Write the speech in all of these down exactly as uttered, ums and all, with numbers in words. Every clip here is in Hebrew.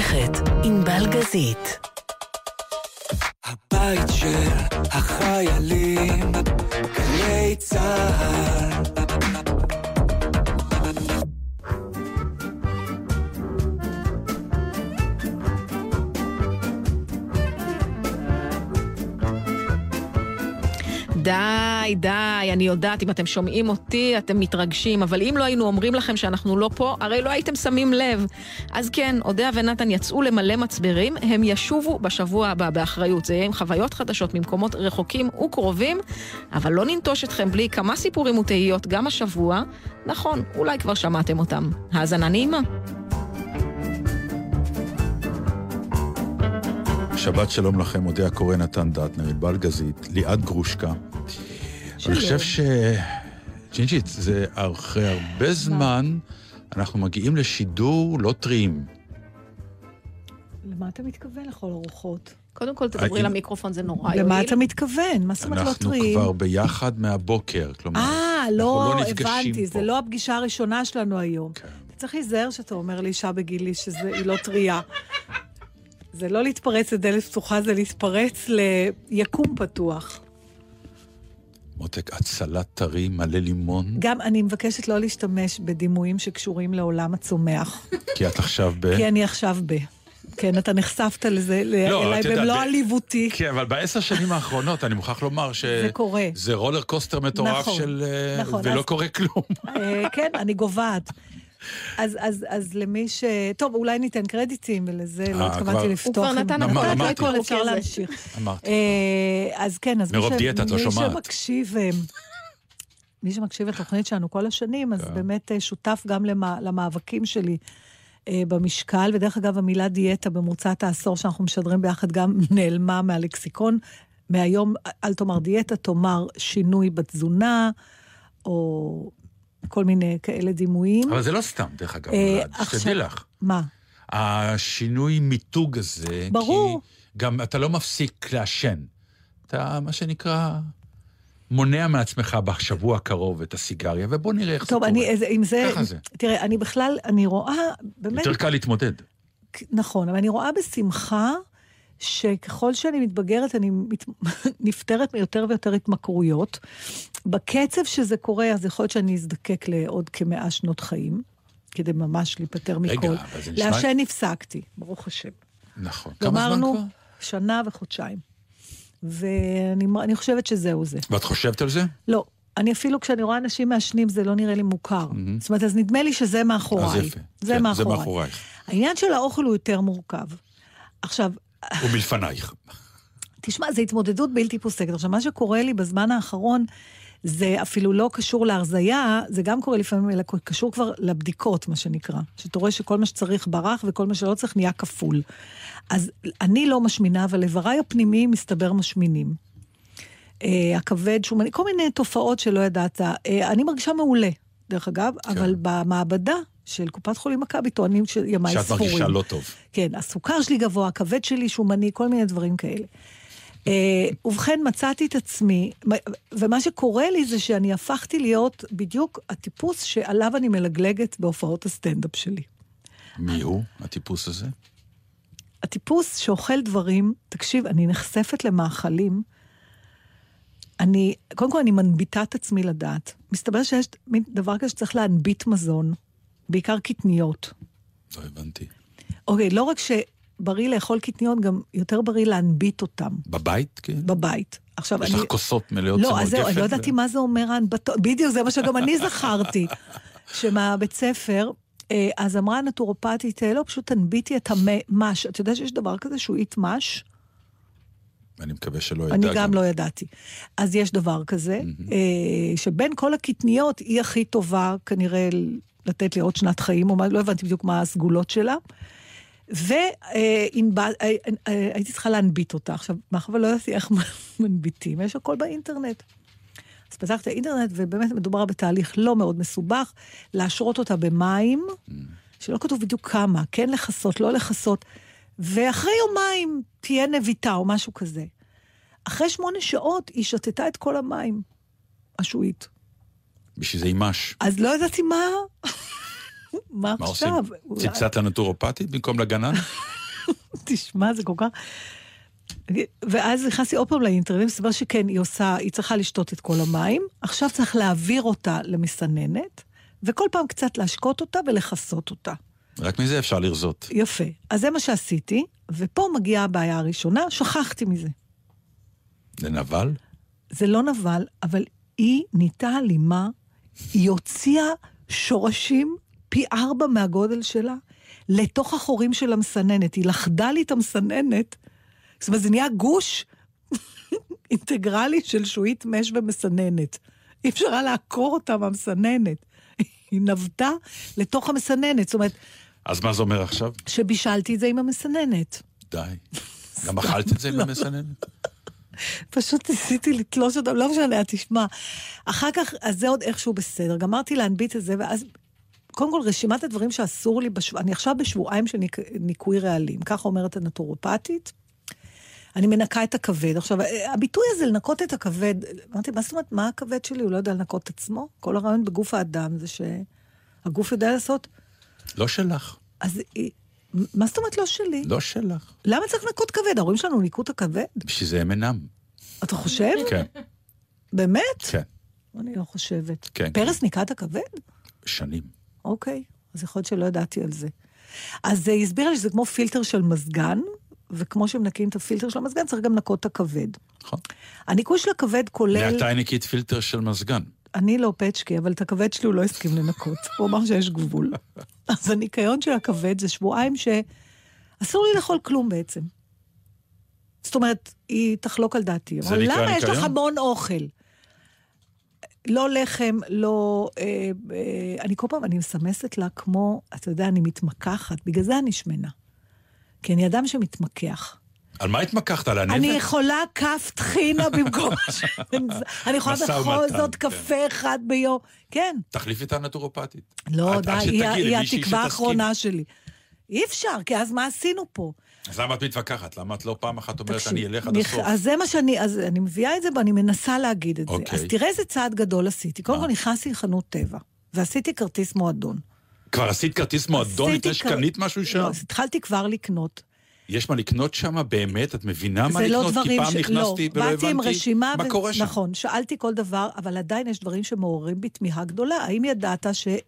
עורכת ענבל גזית. הבית של החיילים, גלי צהל. די, די, אני יודעת, אם אתם שומעים אותי, אתם מתרגשים, אבל אם לא היינו אומרים לכם שאנחנו לא פה, הרי לא הייתם שמים לב. אז כן, אודיה ונתן יצאו למלא מצברים, הם ישובו בשבוע הבא באחריות. זה יהיה עם חוויות חדשות ממקומות רחוקים וקרובים, אבל לא ננטוש אתכם בלי כמה סיפורים ותהיות גם השבוע. נכון, אולי כבר שמעתם אותם. האזנה נעימה. שבת שלום לכם, אודיה קורא, נתן דטנר, ענבל גזית, ליעד גרושקה. אני חושב ש... ג'ינג'ית, זה אחרי הרבה זמן, אנחנו מגיעים לשידור לא טריים. למה אתה מתכוון לכל ארוחות? קודם כל תדברי למיקרופון, זה נורא יועיל. למה אתה מתכוון? מה זאת אומרת לא טריים? אנחנו כבר ביחד מהבוקר, כלומר, אה, לא, הבנתי, זה לא הפגישה הראשונה שלנו היום. אתה צריך להיזהר שאתה אומר לאישה בגילי שהיא לא טריה. זה לא להתפרץ לדלת פתוחה, זה להתפרץ ליקום פתוח. מותק, הצלת טרי, מלא לימון. גם אני מבקשת לא להשתמש בדימויים שקשורים לעולם הצומח. כי את עכשיו ב... כי אני עכשיו ב... כן, אתה נחשפת לזה, אליי במלוא עליבותי. כן, אבל בעשר שנים האחרונות אני מוכרח לומר ש... זה קורה. זה רולר קוסטר מטורף של... ולא קורה כלום. כן, אני גובעת. אז, אז, אז למי ש... טוב, אולי ניתן קרדיטים, ולזה לא התכוונתי לפתוח. הוא כבר נתן הכל, הכל אפשר להמשיך. אמרתי. אז כן, אז מרוב דיאטה, את לא שומעת. מי שמקשיב, מי שמקשיב לתוכנית שלנו כל השנים, אז באמת שותף גם למאבקים שלי במשקל, ודרך אגב, המילה דיאטה במרוצת העשור שאנחנו משדרים ביחד גם נעלמה מהלקסיקון. מהיום, אל תאמר דיאטה, תאמר שינוי בתזונה, או... כל מיני כאלה דימויים. אבל זה לא סתם, דרך אגב, שתדעי לך. מה? השינוי מיתוג הזה, ברור. כי גם אתה לא מפסיק לעשן. אתה, מה שנקרא, מונע מעצמך בשבוע הקרוב את הסיגריה, ובוא נראה איך טוב, זה אני, קורה. עם זה, ככה זה. תראה, אני בכלל, אני רואה, באמת... יותר קל להתמודד. נכון, אבל אני רואה בשמחה, שככל שאני מתבגרת, אני מת... נפטרת מיותר ויותר התמכרויות. בקצב שזה קורה, אז יכול להיות שאני אזדקק לעוד כמאה שנות חיים, כדי ממש להיפטר מכל. רגע, אבל זה נשמע... לעשן נפסקתי, ברוך השם. נכון. כמה זמן כבר? שנה וחודשיים. ואני חושבת שזהו זה. ואת חושבת על זה? לא. אני אפילו כשאני רואה אנשים מעשנים, זה לא נראה לי מוכר. Mm-hmm. זאת אומרת, אז נדמה לי שזה מאחוריי. אז יפה. זה כן, מאחוריי. זה מאחורייך. העניין של האוכל הוא יותר מורכב. עכשיו... ומלפנייך. תשמע, זו התמודדות בלתי פוסקת. עכשיו, מה שקורה לי בזמן האחרון, זה אפילו לא קשור להרזיה, זה גם קורה לפעמים, אלא קשור כבר לבדיקות, מה שנקרא. שאתה רואה שכל מה שצריך ברח, וכל מה שלא צריך נהיה כפול. אז אני לא משמינה, אבל לבריי הפנימיים מסתבר משמינים. אה, הכבד, שומני, כל מיני תופעות שלא ידעת. אה, אני מרגישה מעולה, דרך אגב, כן. אבל במעבדה, של קופת חולים מכבי, טוענים שימי ספורים. שאת מרגישה לא טוב. כן, הסוכר שלי גבוה, הכבד שלי שומני, כל מיני דברים כאלה. ובכן, מצאתי את עצמי, ומה שקורה לי זה שאני הפכתי להיות בדיוק הטיפוס שעליו אני מלגלגת בהופעות הסטנדאפ שלי. מי הוא, הטיפוס הזה? הטיפוס שאוכל דברים, תקשיב, אני נחשפת למאכלים, אני, קודם כל אני מנביטה את עצמי לדעת. מסתבר שיש דבר כזה שצריך להנביט מזון, בעיקר קטניות. לא הבנתי. אוקיי, לא רק שבריא לאכול קטניות, גם יותר בריא להנביט אותם. בבית, כן? בבית. עכשיו, יש אני... לך כוסות מלאות לא, צמר אז זהו, גפן. אני לא ידעתי מה זה אומר ההנבטות. בדיוק, זה מה שגם אני זכרתי. שמהבית ספר, אז אמרה הנטורופטית, לא, פשוט תנביטי את המש. אתה יודע שיש דבר כזה שהוא אית מש? אני מקווה שלא ידע. אני גם לא ידעתי. אז יש דבר כזה, שבין כל הקטניות היא הכי טובה, כנראה לתת לי עוד שנת חיים, או לא הבנתי בדיוק מה הסגולות שלה, והייתי צריכה להנביט אותה. עכשיו, מאחר ולא ידעתי איך מנביטים, יש הכל באינטרנט. אז פתחתי האינטרנט, ובאמת מדובר בתהליך לא מאוד מסובך, להשרות אותה במים, שלא כתוב בדיוק כמה, כן לחסות, לא לחסות, ואחרי יומיים תהיה נביטה או משהו כזה. אחרי שמונה שעות היא שתתה את כל המים, השועית. בשביל זה אימש. אז לא ידעתי מה... מה עכשיו? צלצת לנטורופטית במקום לגנן? תשמע, זה כל כך... ואז נכנסתי עוד פעם לאינטרנט, מסתבר שכן, היא עושה, היא צריכה לשתות את כל המים, עכשיו צריך להעביר אותה למסננת, וכל פעם קצת להשקות אותה ולחסות אותה. רק מזה אפשר לרזות. יפה. אז זה מה שעשיתי, ופה מגיעה הבעיה הראשונה, שכחתי מזה. זה נבל? זה לא נבל, אבל היא ניתה אלימה, היא הוציאה שורשים פי ארבע מהגודל שלה, לתוך החורים של המסננת. היא לחדה לי את המסננת, זאת אומרת, זה נהיה גוש אינטגרלי של שועית מש ומסננת. אי אפשר לעקור אותה מהמסננת. היא נבטה לתוך המסננת, זאת אומרת... אז מה זה אומר עכשיו? שבישלתי את זה עם המסננת. די. גם אכלת את זה עם המסננת? פשוט ניסיתי לתלוש אותם, לא משנה, תשמע. אחר כך, אז זה עוד איכשהו בסדר. גמרתי להנביט את זה, ואז, קודם כל, רשימת הדברים שאסור לי, בשבוע, אני עכשיו בשבועיים של ניק, ניקוי רעלים, ככה אומרת הנטורופטית, אני מנקה את הכבד. עכשיו, הביטוי הזה, לנקות את הכבד, אמרתי, מה זאת אומרת, מה הכבד שלי? הוא לא יודע לנקות את עצמו? כל הרעיון בגוף האדם זה שהגוף יודע לעשות... לא שלך. אז מה זאת אומרת לא שלי? לא שלך. למה צריך לנקות כבד? ההורים שלנו ניקו את הכבד? בשביל זה הם אינם. אתה חושב? כן. באמת? כן. אני לא חושבת. כן. פרס ניקה את הכבד? שנים. אוקיי. אז יכול להיות שלא ידעתי על זה. אז זה הסביר לי שזה כמו פילטר של מזגן, וכמו שמנקים את הפילטר של המזגן, צריך גם לנקות את הכבד. נכון. הניקוי של הכבד כולל... מתי ניקית פילטר של מזגן? אני לא פצ'קי, אבל את הכבד שלי הוא לא הסכים לנקות. הוא אמר שיש גבול. אז הניקיון של הכבד זה שבועיים שאסור לי לאכול כלום בעצם. זאת אומרת, היא תחלוק על דעתי. אבל למה יש לך המון אוכל? לא לחם, לא... אה, אה, אני כל פעם, אני מסמסת לה כמו, אתה יודע, אני מתמקחת, בגלל זה אני שמנה. כי אני אדם שמתמקח. על מה התמקחת? על הנפת? אני יכולה כף תחינה במקום... אני יכולה בכל זאת קפה אחד ביום. כן. תחליפי את הנטורופטית. לא, די, היא התקווה האחרונה שלי. אי אפשר, כי אז מה עשינו פה? אז למה את מתווכחת? למה את לא פעם אחת אומרת, אני אלך עד הסוף? אז זה מה שאני, אז אני מביאה את זה, ואני מנסה להגיד את זה. אז תראה איזה צעד גדול עשיתי. קודם כל נכנסתי לחנות טבע, ועשיתי כרטיס מועדון. כבר עשית כרטיס מועדון לפני שקנית משהו שם? לא, אז התחלתי כבר לקנות. יש מה לקנות שם באמת? את מבינה מה לקנות? כי פעם נכנסתי ולא הבנתי מה קורה שם. נכון, שאלתי כל דבר, אבל עדיין יש דברים שמעוררים בי תמיהה גדולה. האם ידעת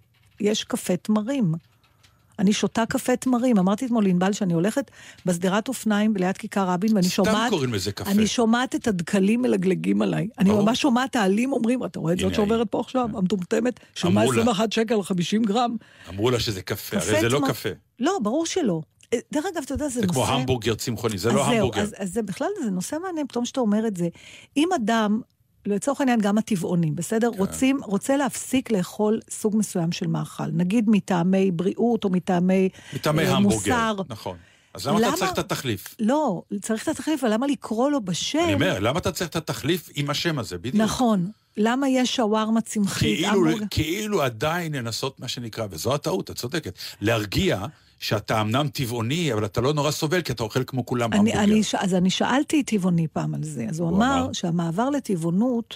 שיש קפה תמרים? אני שותה קפה תמרים. אמרתי אתמול לענבל שאני הולכת בסדרת אופניים ליד כיכר רבין, ואני שומעת... סתם קוראים לזה קפה. אני שומעת את הדקלים מלגלגים עליי. אני ממש שומעת העלים אומרים, אתה רואה את זאת שעוברת פה עכשיו, המטומטמת, שמה עשרים ואחת שקל על חמישים גרם. אמרו לה שזה קפה, הרי זה לא קפה. לא, ברור שלא. דרך אגב, אתה יודע, זה נושא... זה כמו המבורגר צמחוני, זה לא המבורגר. אז זה בכלל, זה נושא מעניין, פתאום שאתה אומר את זה. אם אדם, לצורך העניין גם הטבעונים, בסדר? רוצים, רוצה להפסיק לאכול סוג מסוים של מאכל, נגיד מטעמי בריאות או מטעמי מטעמי המבורגר, נכון. אז למה אתה צריך את התחליף? לא, צריך את התחליף, אבל למה לקרוא לו בשם? אני אומר, למה אתה צריך את התחליף עם השם הזה, בדיוק? נכון. למה יש שווארמה צמחית? כאילו עדיין לנסות מה שנקרא, וזו הטעות, את צודקת, להרגיע שאתה אמנם טבעוני, אבל אתה לא נורא סובל, כי אתה אוכל כמו כולם המבורגר. אז אני שאלתי טבעוני פעם על זה, אז הוא אמר שהמעבר לטבעונות,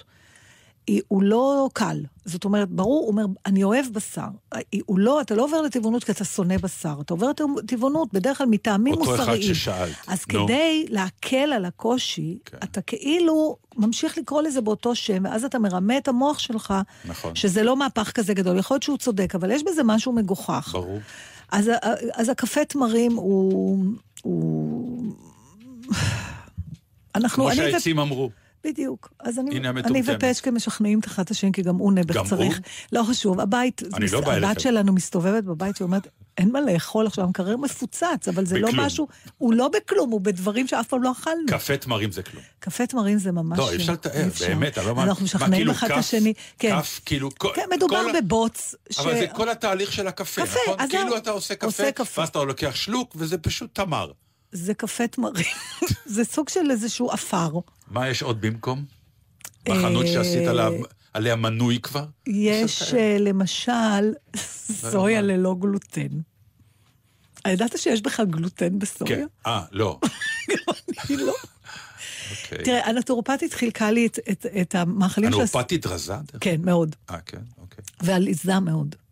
הוא לא קל. זאת אומרת, ברור, הוא אומר, אני אוהב בשר. הוא לא, אתה לא עובר לטבעונות כי אתה שונא בשר. אתה עובר לטבעונות בדרך כלל מטעמים מוסריים. אותו אחד ששאלת. אז כדי להקל על הקושי, אתה כאילו ממשיך לקרוא לזה באותו שם, ואז אתה מרמה את המוח שלך, שזה לא מהפך כזה גדול. יכול להיות שהוא צודק, אבל יש בזה משהו מגוחך. ברור. אז, אז הקפה תמרים הוא... הוא... אנחנו, כמו שהעצים אמרו. בדיוק. אז אני, אני ופצ'קה משכנעים את אחת השם, כי גם הוא נבח צריך. לא חשוב, הבית, לא הבת שלנו מסתובבת בבית, שאומרת, אין מה לאכול עכשיו, המקרר מפוצץ, אבל זה בכלום. לא משהו, הוא לא בכלום, הוא בדברים שאף פעם לא אכלנו. קפה תמרים זה כלום. קפה תמרים זה ממש... לא, אפשר לתאר, באמת, אני לא אנחנו משכנעים אחד השני. כף, כאילו... כן, מדובר בבוץ. אבל זה כל התהליך של הקפה, נכון? כאילו אתה עושה קפה, ואז אתה לוקח שלוק, וזה פשוט תמר. זה קפה תמרים. זה סוג של איזשהו אפר. מה יש עוד במקום? בחנות שעשית עליה מנוי כבר? יש למשל סויה ללא גלוטן. ידעת שיש בכלל גלוטן בסויה? כן, אה, לא. אני לא. תראה, הנטורופטית חילקה לי את המאכלים... הנטורופטית רזה? כן, מאוד. אה, כן, אוקיי. ועליזה מאוד.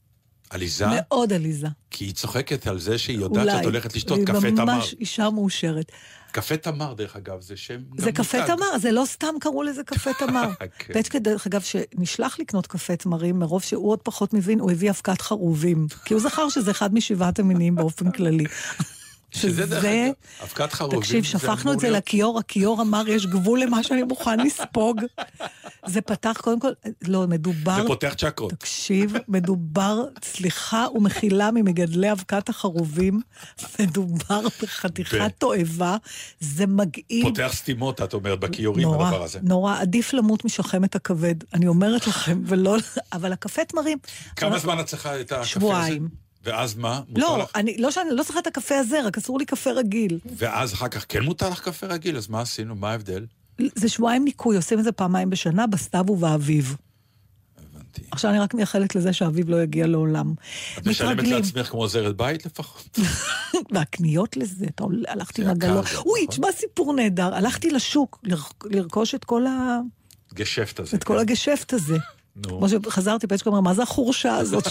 עליזה? מאוד עליזה. כי היא צוחקת על זה שהיא יודעת אולי. שאת הולכת לשתות קפה היא תמר. ממש אישה מאושרת. קפה תמר, דרך אגב, זה שם גם זה קפה מותג. תמר, זה לא סתם קראו לזה קפה תמר. כן. ויש כדרך אגב שנשלח לקנות קפה תמרים, מרוב שהוא עוד פחות מבין, הוא הביא אבקת חרובים. כי הוא זכר שזה אחד משבעת המינים באופן כללי. שזה דרך אגב, אבקת חרובים. תקשיב, שפכנו את זה לכיור, הכיור אמר, יש גבול למה שאני מוכן לספוג. זה פתח, קודם כל, לא, מדובר... זה פותח צ'קרות. תקשיב, מדובר, סליחה ומחילה ממגדלי אבקת החרובים, מדובר בחתיכת תועבה, זה מגעיל... פותח סתימות, את אומרת, בכיורים, נורא, הדבר הזה. נורא, עדיף למות משחמת הכבד, אני אומרת לכם, ולא... אבל הקפה תמרים... כמה זמן את צריכה את הקפה הזה? שבועיים. ואז מה? לא, אני, לא שאני לא צריכה את הקפה הזה, רק אסור לי קפה רגיל. ואז אחר כך כן מותר לך קפה רגיל, אז מה עשינו? מה ההבדל? זה שבועיים ניקוי, עושים את זה פעמיים בשנה, בסתיו ובאביב. הבנתי. עכשיו אני רק מייחלת לזה שהאביב לא יגיע לעולם. את משלמת לעצמך כמו עוזרת בית לפחות? והקניות לזה, אתה הלכתי עם עגלות. אוי, תשמע סיפור נהדר, הלכתי לשוק לרכוש את כל ה... גשפט הזה. את כל הגשפט הזה. כמו שחזרתי, פצ'קה אמרה, מה זה החורשה הזאת?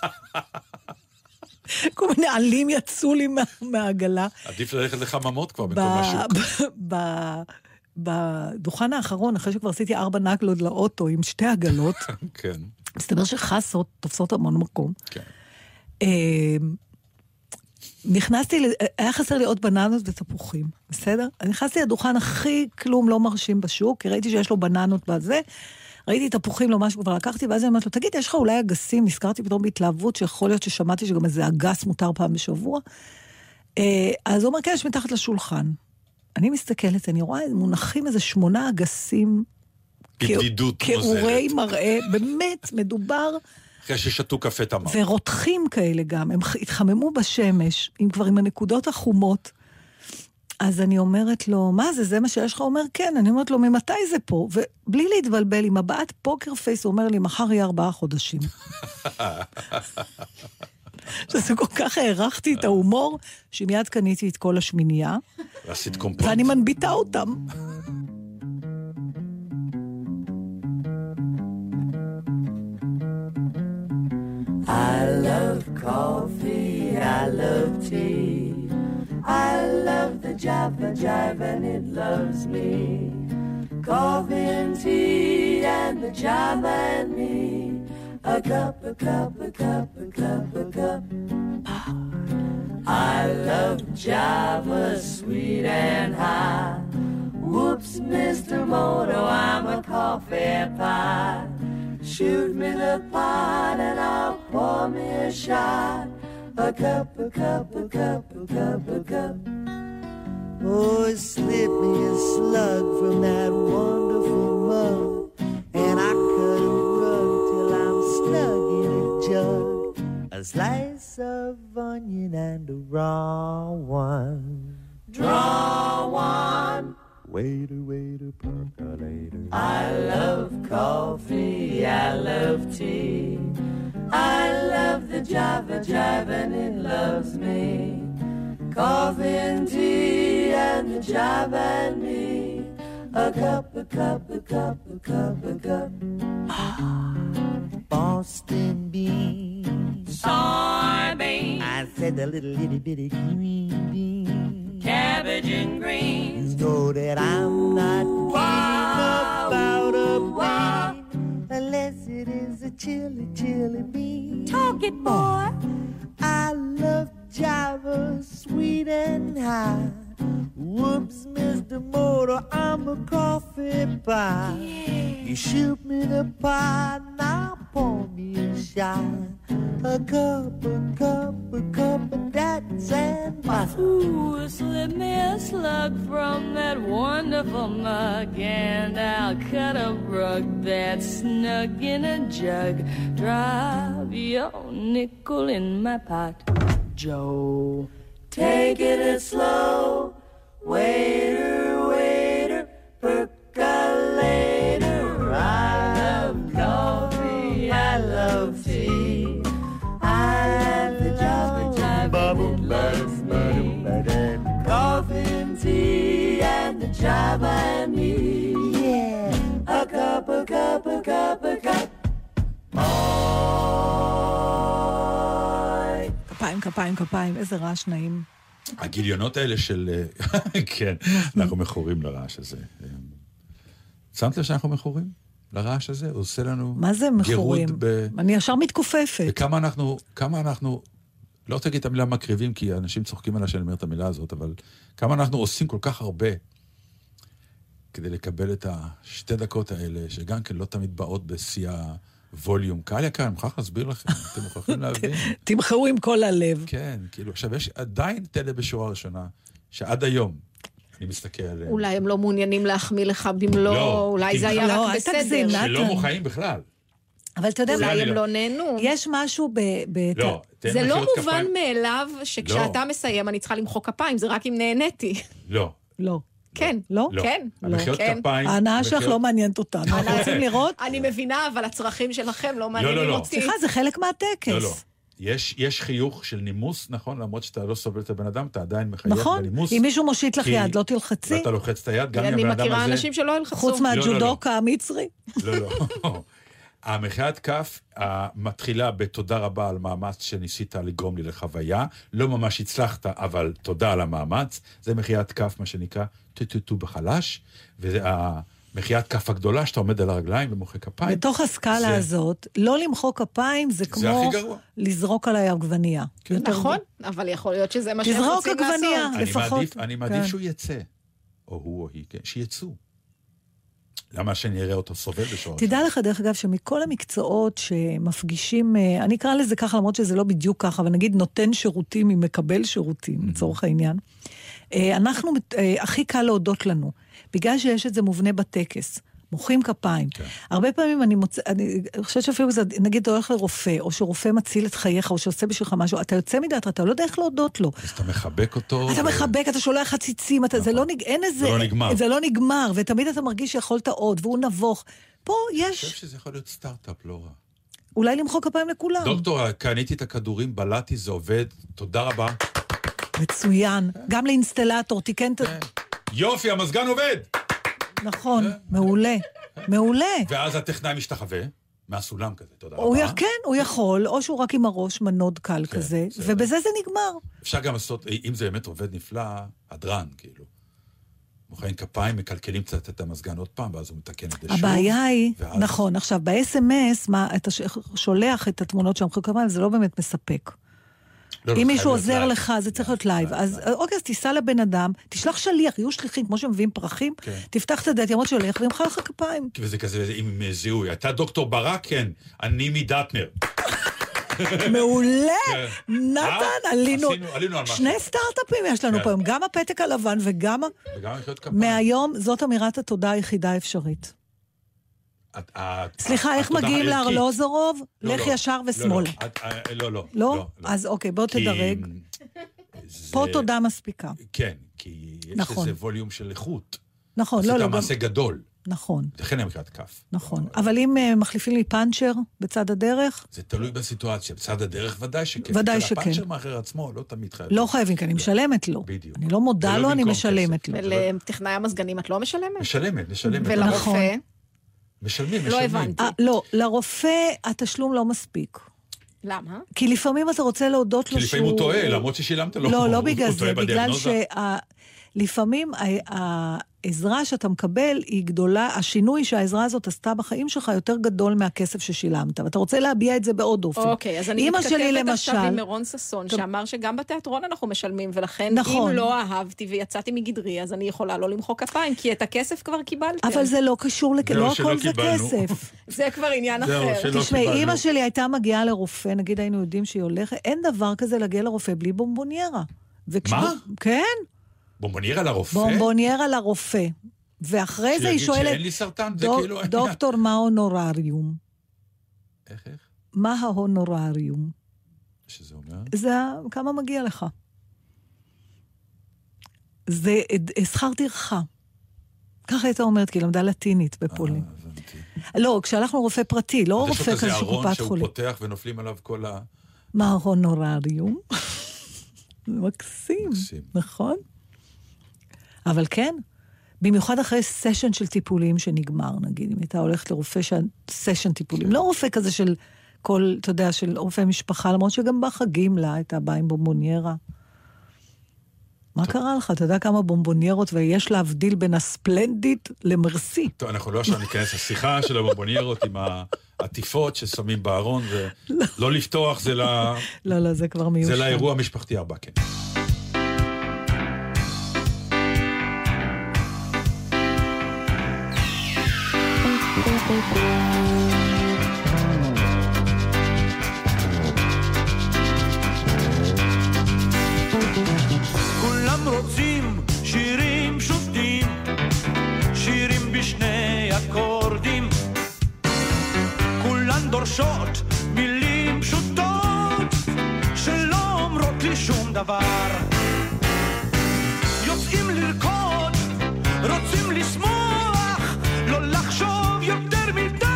כל מיני עלים יצאו לי מהעגלה. עדיף ללכת לחממות כבר בכל משוק. בדוכן האחרון, אחרי שכבר עשיתי ארבע נקלות לאוטו עם שתי עגלות, כן. מסתבר שחסות תופסות המון מקום. כן. נכנסתי, היה חסר לי עוד בננות ותפוחים, בסדר? אני נכנסתי לדוכן הכי כלום לא מרשים בשוק, כי ראיתי שיש לו בננות בזה, ראיתי תפוחים לו משהו, כבר לקחתי, ואז אני אומרת לו, תגיד, יש לך אולי אגסים? נזכרתי פתאום בהתלהבות, שיכול להיות ששמעתי שגם איזה אגס מותר פעם בשבוע. אז הוא אומר, כן, יש מתחת לשולחן. אני מסתכלת, אני רואה, מונחים איזה שמונה אגסים, בדידות מוזרת. כאורי מראה, באמת, מדובר... אחרי ששתו קפה תמר. ורותחים כאלה גם, הם התחממו בשמש, עם כבר עם הנקודות החומות. אז אני אומרת לו, מה זה, זה מה שיש לך? הוא אומר, כן. אני אומרת לו, ממתי זה פה? ובלי להתבלבל, עם הבעת פוקר פייס, הוא אומר לי, מחר יהיה ארבעה חודשים. שזה כל כך הערכתי את ההומור, שמיד קניתי את כל השמינייה. ועשית קומפונט. ואני מנביטה אותם. I love coffee, I love tea. I love the Java Jive and it loves me. Coffee and tea and the Java and me. A cup, a cup, a cup, a cup, a cup. I love Java, sweet and high. Whoops, Mister Moto, I'm a coffee pie. Shoot me the pot and I'll pour me a shot. A cup, a cup, a cup, a cup, a cup. Oh, slip me a slug from that wonderful mug, and I cut and rug till I'm snug in a jug. A slice of onion and a raw one. Draw one. Waiter, waiter, percolator. I love coffee, I love tea. I love the Java Jive and it loves me. Coffee and tea and the Java and me. A cup, a cup, a cup, a cup, a cup. Boston beans. Soybeans. I said the little itty bitty green beans. Cabbage and greens. You know that I'm not keen about a bean unless it is a chili, chili bean. Talk it, boy. I love Java, sweet and high. Whoops, Mister Motor, I'm a coffee pie. Yeah. You shoot me the pot, now pour me a shot. A cup, a cup, a cup of that sand butter. Ooh, slip me a slug from that wonderful mug, and I'll cut a rug that's snug in a jug. Drop your nickel in my pot, Joe. Take it slow, waiter, waiter, percolator. I love coffee, I love tea. I love the Java Jive and it loves me. Coffee and tea and the Java and me. Yeah, a cup, a cup, a cup, a cup. Oh. כפיים, כפיים, איזה רעש נעים. הגיליונות האלה של... כן, אנחנו מכורים לרעש הזה. שמת לב שאנחנו מכורים לרעש הזה? הוא עושה לנו... מה זה מכורים? ב... אני ישר מתכופפת. וכמה אנחנו, כמה אנחנו... לא רוצה להגיד את המילה מקריבים, כי אנשים צוחקים עליה שאני אומר את המילה הזאת, אבל כמה אנחנו עושים כל כך הרבה כדי לקבל את השתי דקות האלה, שגם כן לא תמיד באות בשיא הווליום. קהל יקר, אני מוכרח להסביר לכם, אתם מוכרחים להבין. תמחרו עם כל הלב. כן, כאילו, עכשיו יש עדיין תלה בשורה ראשונה, שעד היום אני מסתכל עליהם. אולי הם לא מעוניינים להחמיא לך במלוא, אולי זה היה רק בסדר. שלא מוחאים בכלל. אבל אתה יודע, אולי הם לא נהנו. יש משהו ב... לא, זה לא מובן מאליו שכשאתה מסיים אני צריכה למחוא כפיים, זה רק אם נהניתי. לא. לא. כן. לא? כן. המחיאות כפיים... ההנאה שלך לא מעניינת אותנו. אנחנו רוצים לראות? אני מבינה, אבל הצרכים שלכם לא מעניינים אותי. סליחה, זה חלק מהטקס. לא, לא. יש, יש חיוך של נימוס, נכון? למרות שאתה לא סובל את הבן אדם, אתה עדיין מחייך נכון? בנימוס. אם מישהו מושיט לך יד, לא תלחצי. ואתה לוחץ את היד, גם אם הבן אדם הזה... אני מכירה אנשים שלא ילחצו. חוץ מהג'ודוקה המצרי. לא, לא. המחיית כף מתחילה בתודה רבה על מאמץ שניסית לגרום לי לחוויה. לא ממש הצלחת, אבל תודה על המאמץ. זה מחיית כף, מה שנקרא, טו-טו-טו בחלש, וזה המחיית כף הגדולה שאתה עומד על הרגליים ומוחא כפיים. בתוך הסקאלה זה... הזאת, לא למחוא כפיים זה כמו זה לזרוק עליי עגבנייה. כן. נכון, אבל יכול להיות שזה מה שהם רוצים לעשות. תזרוק עגבנייה, לפחות. מעדיף, אני מעדיף כן. שהוא יצא, או הוא או היא, כן, שיצאו. למה שאני אראה אותו סובל בשורש? תדע לך דרך אגב שמכל המקצועות שמפגישים, אני אקרא לזה ככה למרות שזה לא בדיוק ככה, אבל נגיד נותן שירותים עם מקבל שירותים, לצורך העניין, אנחנו, הכי קל להודות לנו, בגלל שיש את זה מובנה בטקס, מוחאים כפיים. כן. הרבה פעמים אני מוצא, אני חושבת שאפילו זה, נגיד אתה הולך לרופא, או שרופא מציל את חייך, או שעושה בשבילך משהו, אתה יוצא מדעת, אתה לא יודע איך להודות לו. אז אתה מחבק אותו. אתה ו... מחבק, אתה שולח חציצים, אתה, זה לא, אין איזה, זה לא נגמר. זה לא נגמר, ותמיד אתה מרגיש שיכולת עוד, והוא נבוך. פה יש... אני חושב שזה יכול להיות סטארט-אפ, לא רע. אולי למחוא כפיים לכולם. דוקטור, קניתי את הכדורים, בלעתי, זה עובד, תודה רבה. מצוין. גם לאינסטלטור, תיקן את... יופי, המזגן עובד! נכון, מעולה, מעולה. ואז הטכנאי משתחווה, מהסולם כזה, תודה רבה. כן, הוא יכול, או שהוא רק עם הראש מנוד קל כזה, ובזה זה נגמר. אפשר גם לעשות, אם זה באמת עובד נפלא, הדרן, כאילו. מוחאים כפיים, מקלקלים קצת את המזגן עוד פעם, ואז הוא מתקן את זה שוב. הבעיה היא, נכון, עכשיו, ב-אס אם אס, אתה שולח את התמונות של המחוא כפיים, זה לא באמת מספק. אם מישהו עוזר לך, זה צריך להיות לייב. אז אוקיי, אז תיסע לבן אדם, תשלח שליח, יהיו שליחים, כמו שמביאים פרחים, תפתח את הדלת, יעמוד שליח, וימחא לך כפיים. וזה כזה עם זיהוי. אתה דוקטור ברק, כן, אני מדטנר. מעולה! נתן, עלינו. שני סטארט-אפים יש לנו פה, גם הפתק הלבן וגם... מהיום, זאת אמירת התודה היחידה האפשרית. סליחה, איך מגיעים לארלוזורוב? לך ישר ושמאלה. לא, לא. לא? אז אוקיי, בוא תדרג. פה תודה מספיקה. כן, כי יש לזה ווליום של איכות. נכון, לא, לא. עשית מעשה גדול. נכון. לכן הם מקרת כף. נכון. אבל אם מחליפים לי פאנצ'ר בצד הדרך... זה תלוי בסיטואציה. בצד הדרך ודאי שכן. ודאי שכן. הפאנצ'ר מאחר עצמו לא תמיד חייב. לא חייבים, כי אני משלמת לו. בדיוק. אני לא מודה לו, אני משלמת לו. ולטכנאי המזגנים את לא משלמת? משלמת, משלמת. ולרופא? משלמים, לא משלמים. הבנתי. לא, לרופא התשלום לא מספיק. למה? כי לפעמים אתה רוצה להודות לו שהוא... כי לפעמים הוא טועה, למרות ששילמת לו. לא, לא בגלל זה, בגלל שלפעמים העזרה שאתה מקבל היא גדולה, השינוי שהעזרה הזאת עשתה בחיים שלך יותר גדול מהכסף ששילמת, ואתה רוצה להביע את זה בעוד אופן. אוקיי, אז אני מתכתבת עכשיו עם מרון ססון, שאמר שגם בתיאטרון אנחנו משלמים, ולכן אם לא אהבתי ויצאתי מגדרי, אז אני יכולה לא למחוא כפיים, כי את הכסף כבר קיבלתי. אבל זה לא קשור, לא הכל זה כסף. זה כבר עניין אחר. תשמעי, אמא שלי הייתה מגיעה לרופא, נגיד היינו יודעים שהיא הולכת, אין דבר כזה להגיע לרופא בלי בומבוניירה. מה? כן. בומבוניירה לרופא? בומבוניירה לרופא. ואחרי זה היא שואלת... שאין לי סרטן, זה כאילו... דוקטור, מה ההונורריום? איך, איך? מה ההונורריום? שזה אומר? זה כמה מגיע לך. זה שכר טרחה. ככה הייתה אומרת, כי היא למדה לטינית בפולין. אה, הבנתי. לא, כשהלכנו רופא פרטי, לא רופא כזה שקופת חולים. יש לו כזה ארון שהוא פותח ונופלים עליו כל ה... מה ההונורריום? מקסים, נכון? אבל כן, במיוחד אחרי סשן של טיפולים שנגמר, נגיד, אם הייתה הולכת לרופא סשן טיפולים, לא רופא כזה של כל, אתה יודע, של רופא משפחה, למרות שגם בחגים לה הייתה באה עם בומבוניירה. מה קרה לך? אתה יודע כמה בומבוניירות, ויש להבדיל בין הספלנדית למרסי. טוב, אנחנו לא עכשיו ניכנס לשיחה של הבומבוניירות עם העטיפות ששמים בארון, ולא לפתוח, זה ל... לא, לא, זה כבר מיושן. זה לאירוע המשפחתי הבא, כן. כולם רוצים שירים פשוטים, שירים בשני אקורדים, כולן דורשות מילים פשוטות שלא אומרות לי שום דבר. יוצאים לרקוד, רוצים לשמוח, לא לחשוב יותר מדי,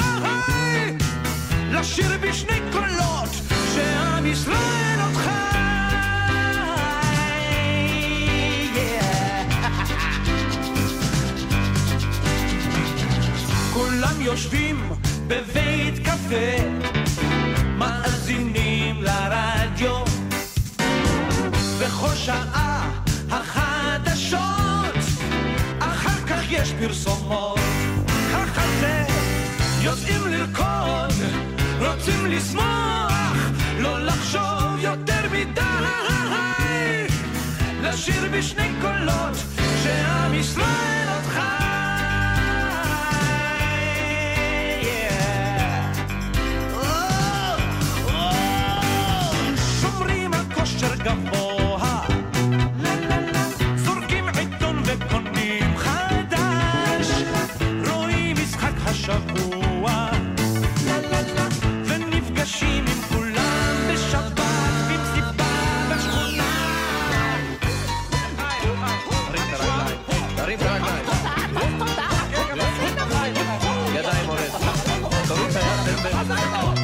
לשיר בשני קולות שעם ישראל אותך. כולם יושבים בבית קפה, מאזינים לרדיו, בכל שעה החדשות, אחר כך יש פרסומות. ככה זה, יוצאים לרקוד, רוצים לשמוח, לא לחשוב יותר מדי, לשיר בשני קולות שעם ישראל אותך. גבוה, זורקים עיתון וקונים חדש, רואים משחק השבוע, ונפגשים עם כולם בשבת במסיבה בשכונה. תרים את הרגליים, תרים את הרגליים, ידיים הורד, תרים את היד,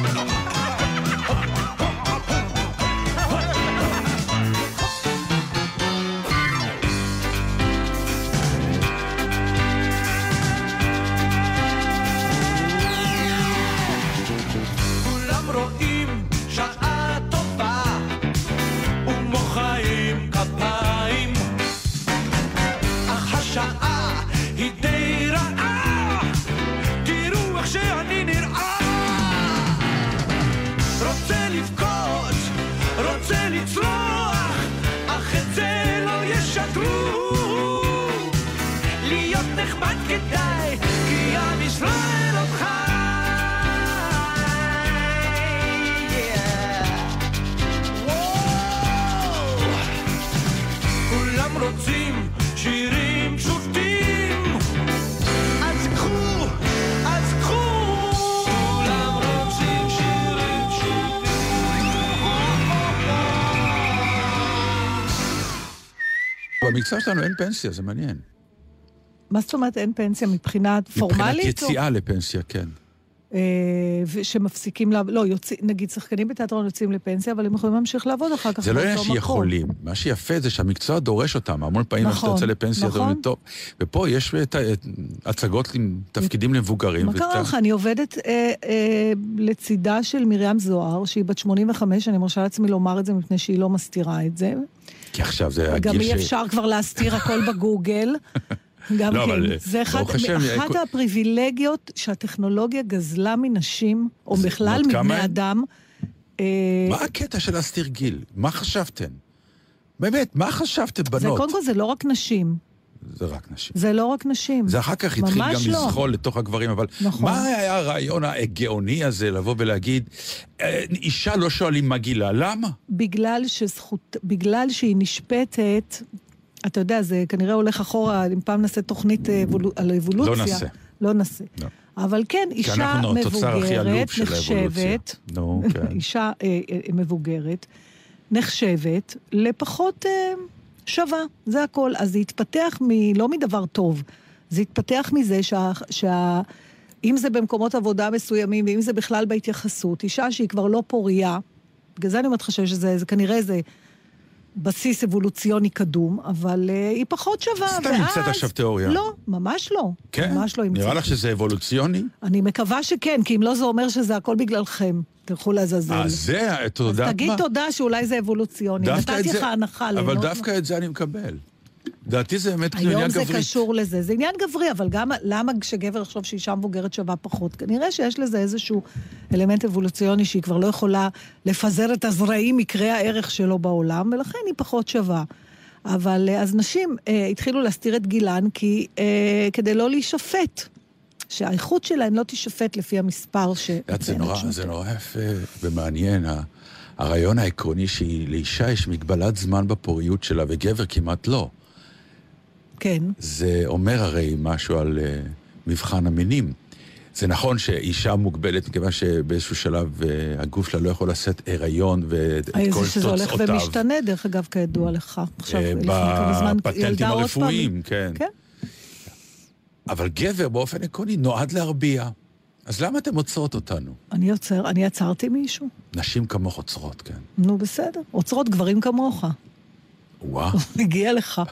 במקצוע שלנו אין פנסיה, זה מעניין. מה זאת אומרת אין פנסיה? מבחינת פורמלית? מבחינת יציאה לפנסיה, כן. שמפסיקים לעבוד, לא, נגיד שחקנים בתיאטרון יוצאים לפנסיה, אבל הם יכולים להמשיך לעבוד אחר כך. זה לא היה שיכולים. מה שיפה זה שהמקצוע דורש אותם. המון פעמים אתה יוצא לפנסיה, טוב. ופה יש הצגות עם תפקידים למבוגרים. מה קרה לך? אני עובדת לצידה של מרים זוהר, שהיא בת שמונים וחמש, אני מרשה לעצמי לומר את זה מפני שהיא לא מסתירה את זה. כי עכשיו זה הגיל ש... גם אי אפשר כבר להסתיר הכל בגוגל. גם לא, כן. אבל, זה אחד, אחת הפריבילגיות שהטכנולוגיה גזלה מנשים, או בכלל מבני אדם. מה הקטע של להסתיר גיל? מה חשבתם? באמת, מה חשבתם בנות? זה קודם כל, זה לא רק נשים. זה רק נשים. זה לא רק נשים. זה אחר כך התחיל גם לא. לזחול לתוך הגברים, אבל נכון. מה היה הרעיון הגאוני הזה לבוא ולהגיד, אישה לא שואלים מה גילה, למה? בגלל שזכות, בגלל שהיא נשפטת, אתה יודע, זה כנראה הולך אחורה, אם פעם נעשה תוכנית על האבולוציה. לא נעשה. לא נעשה. לא. אבל כן, אישה מבוגרת נחשבת, נו, כן. אישה אה, מבוגרת נחשבת לפחות אה, שווה, זה הכל. אז זה התפתח מ, לא מדבר טוב, זה התפתח מזה שה, שה, אם זה במקומות עבודה מסוימים, ואם זה בכלל בהתייחסות, אישה שהיא כבר לא פוריה, בגלל זה אני אומרת חושב שזה זה, כנראה זה בסיס אבולוציוני קדום, אבל uh, היא פחות שווה. סתם ואז... נמצאת עכשיו תיאוריה. לא, ממש לא. כן? ממש לא נראה לך שזה אבולוציוני? אני מקווה שכן, כי אם לא זה אומר שזה הכל בגללכם. תלכו לעזאזל. אז זה, תודה. אז תגיד תודה שאולי זה אבולוציוני. נתתי לך הנחה. אבל דווקא את זה אני מקבל. דעתי זה באמת עניין גברית. היום זה קשור לזה. זה עניין גברי, אבל גם למה כשגבר יחשוב שאישה מבוגרת שווה פחות? כנראה שיש לזה איזשהו אלמנט אבולוציוני שהיא כבר לא יכולה לפזר את הזרעים מקרי הערך שלו בעולם, ולכן היא פחות שווה. אבל אז נשים אה, התחילו להסתיר את גילן כי, אה, כדי לא להישפט. שהאיכות שלהן לא תישפט לפי המספר ש... זה נורא, זה נורא יפה ומעניין. הרעיון העקרוני שלאישה יש מגבלת זמן בפוריות שלה, וגבר כמעט לא. כן. זה אומר הרי משהו על uh, מבחן המינים. זה נכון שאישה מוגבלת, מכיוון שבאיזשהו שלב uh, הגוף שלה לא יכול לשאת הריון ואת כל תוצאותיו. שזה הולך ומשתנה, דרך אגב, כידוע לך. עכשיו, לפני כמה זמן בפטנטים הרפואיים, כן. כן. אבל גבר באופן עקרוני נועד להרביע. אז למה אתם עוצרות אותנו? אני עוצר, אני עצרתי מישהו. נשים כמוך עוצרות, כן. נו, בסדר. עוצרות גברים כמוך. וואו. הגיע לך.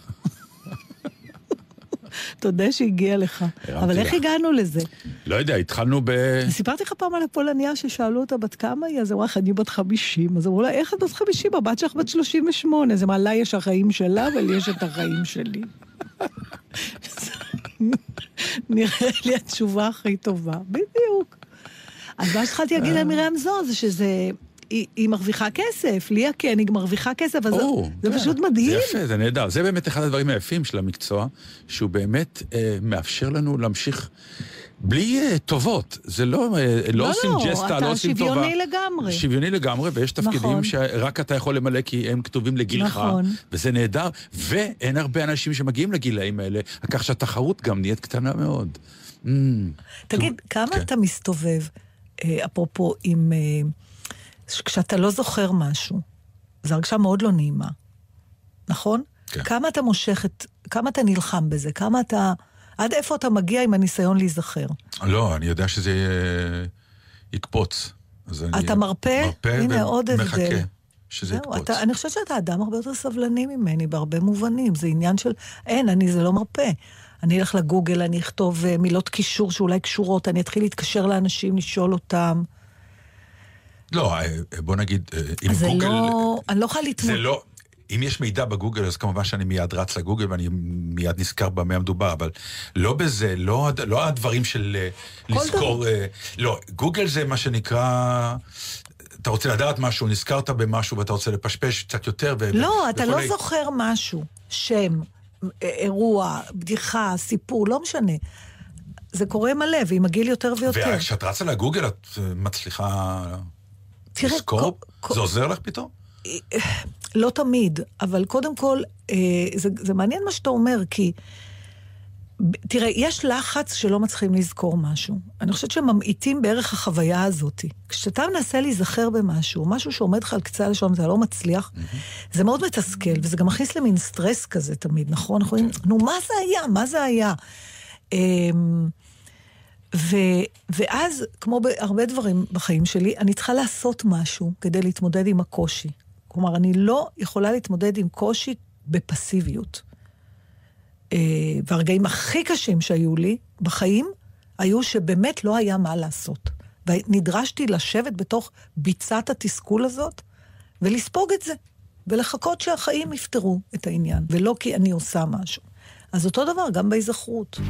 תודה שהגיע לך. אבל איך הגענו לזה? לא יודע, התחלנו ב... סיפרתי לך פעם על הפולניה ששאלו אותה בת כמה היא, אז אמרה לך, אני בת חמישים. אז אמרו לה, איך את בת חמישים? הבת שלך בת שלושים ושמונה. אז אמרה, לה יש החיים שלה, אבל יש את החיים שלי. נראה לי התשובה הכי טובה. בדיוק. אז מה שחלתי להגיד על מרים זו, זה שזה... היא, היא מרוויחה כסף, ליה כן, היא מרוויחה כסף, אז או, זה כן. פשוט מדהים. זה יפה, זה נהדר. זה באמת אחד הדברים היפים של המקצוע, שהוא באמת אה, מאפשר לנו להמשיך בלי אה, טובות. זה לא, אה, לא, לא עושים לא, ג'סטה, לא עושים טובה. אתה שוויוני לגמרי. שוויוני לגמרי, ויש תפקידים נכון. שרק אתה יכול למלא כי הם כתובים לגילך, נכון. וזה נהדר, ואין הרבה אנשים שמגיעים לגילאים האלה, כך שהתחרות גם נהיית קטנה מאוד. Mm, תגיד, טוב, כמה כן. אתה מסתובב, אה, אפרופו עם... אה, כשאתה לא זוכר משהו, זו הרגשה מאוד לא נעימה, נכון? כן. כמה אתה מושך את, כמה אתה נלחם בזה, כמה אתה, עד איפה אתה מגיע עם הניסיון להיזכר? לא, אני יודע שזה יקפוץ. אתה מרפא? מרפא הנה עוד הבדל. ומחכה שזה יקפוץ. אתה, אני חושבת שאתה אדם הרבה יותר סבלני ממני, בהרבה מובנים. זה עניין של, אין, אני זה לא מרפא. אני אלך לגוגל, אני אכתוב מילות קישור שאולי קשורות, אני אתחיל להתקשר לאנשים, לשאול אותם. לא, בוא נגיד, עם זה גוגל... לא, אני לא יכולה להתמודד. זה לא... אם יש מידע בגוגל, אז כמובן שאני מיד רץ לגוגל, ואני מיד נזכר במה המדובר, אבל לא בזה, לא, לא הדברים של לזכור... לא, גוגל זה מה שנקרא... אתה רוצה לדעת משהו, נזכרת במשהו, ואתה רוצה לפשפש קצת יותר... ו... לא, אתה וכולי. לא זוכר משהו, שם, אירוע, בדיחה, סיפור, לא משנה. זה קורה מלא, והיא מגיל יותר ויותר. וכשאת רצה לגוגל, את מצליחה תראה, לזכור? כל- זה עוזר לך פתאום? לא תמיד, אבל קודם כל, אה, זה, זה מעניין מה שאתה אומר, כי, תראה, יש לחץ שלא מצליחים לזכור משהו. אני חושבת שממעיטים בערך החוויה הזאת. כשאתה מנסה להיזכר במשהו, משהו שעומד לך על קצה הלשון, אתה לא מצליח, mm-hmm. זה מאוד מתסכל, וזה גם מכניס למין סטרס כזה תמיד, נכון? אנחנו אומרים, נו, מה זה היה? מה זה היה? אה, ו, ואז, כמו בהרבה דברים בחיים שלי, אני צריכה לעשות משהו כדי להתמודד עם הקושי. כלומר, אני לא יכולה להתמודד עם קושי בפסיביות. והרגעים הכי קשים שהיו לי בחיים, היו שבאמת לא היה מה לעשות. ונדרשתי לשבת בתוך ביצת התסכול הזאת, ולספוג את זה, ולחכות שהחיים יפתרו את העניין, ולא כי אני עושה משהו. אז אותו דבר גם בהיזכרות.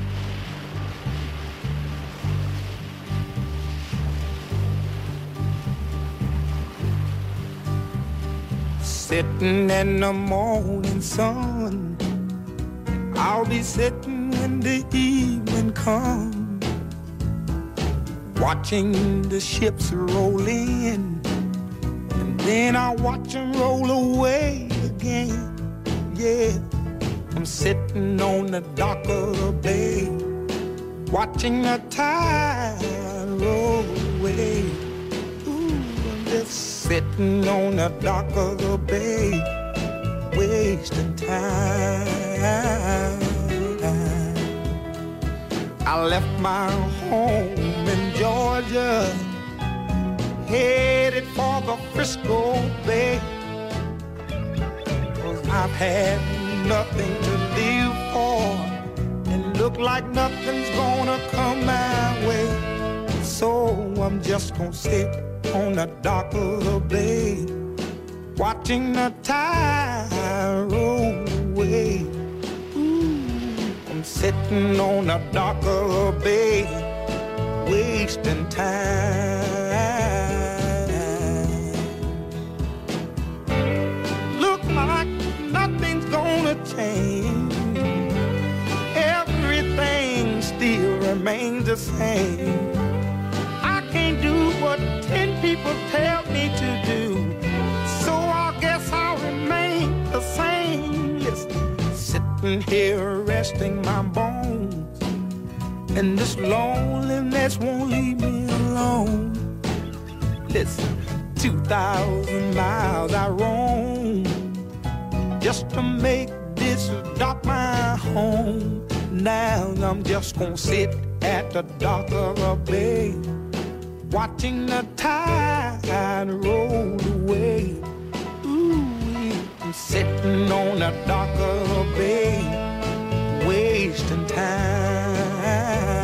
Sitting in the morning sun, I'll be sitting when the evening comes, watching the ships roll in, and then I'll watch them roll away again. Yeah, I'm sitting on the dock of the bay, watching the tide roll away. Just sitting on the dock of the bay, wasting time. I left my home in Georgia, headed for the Frisco Bay. I've had nothing to live for, and look like nothing's gonna come my way. So I'm just gonna sit on the dock of the bay, watching the tide roll away. Ooh, I'm sitting on the dock of the bay, wasting time. Look like nothing's gonna change. Everything still remains the same. I can't do what ten people tell me to do, so I guess I'll remain the same. Listen, sitting here resting my bones, and this loneliness won't leave me alone. Listen, two thousand miles I roam just to make this dock my home. Now I'm just gonna sit at the dock of a bay, watching the tide roll away. Ooh, I'm sitting on the dock of a bay, wasting time.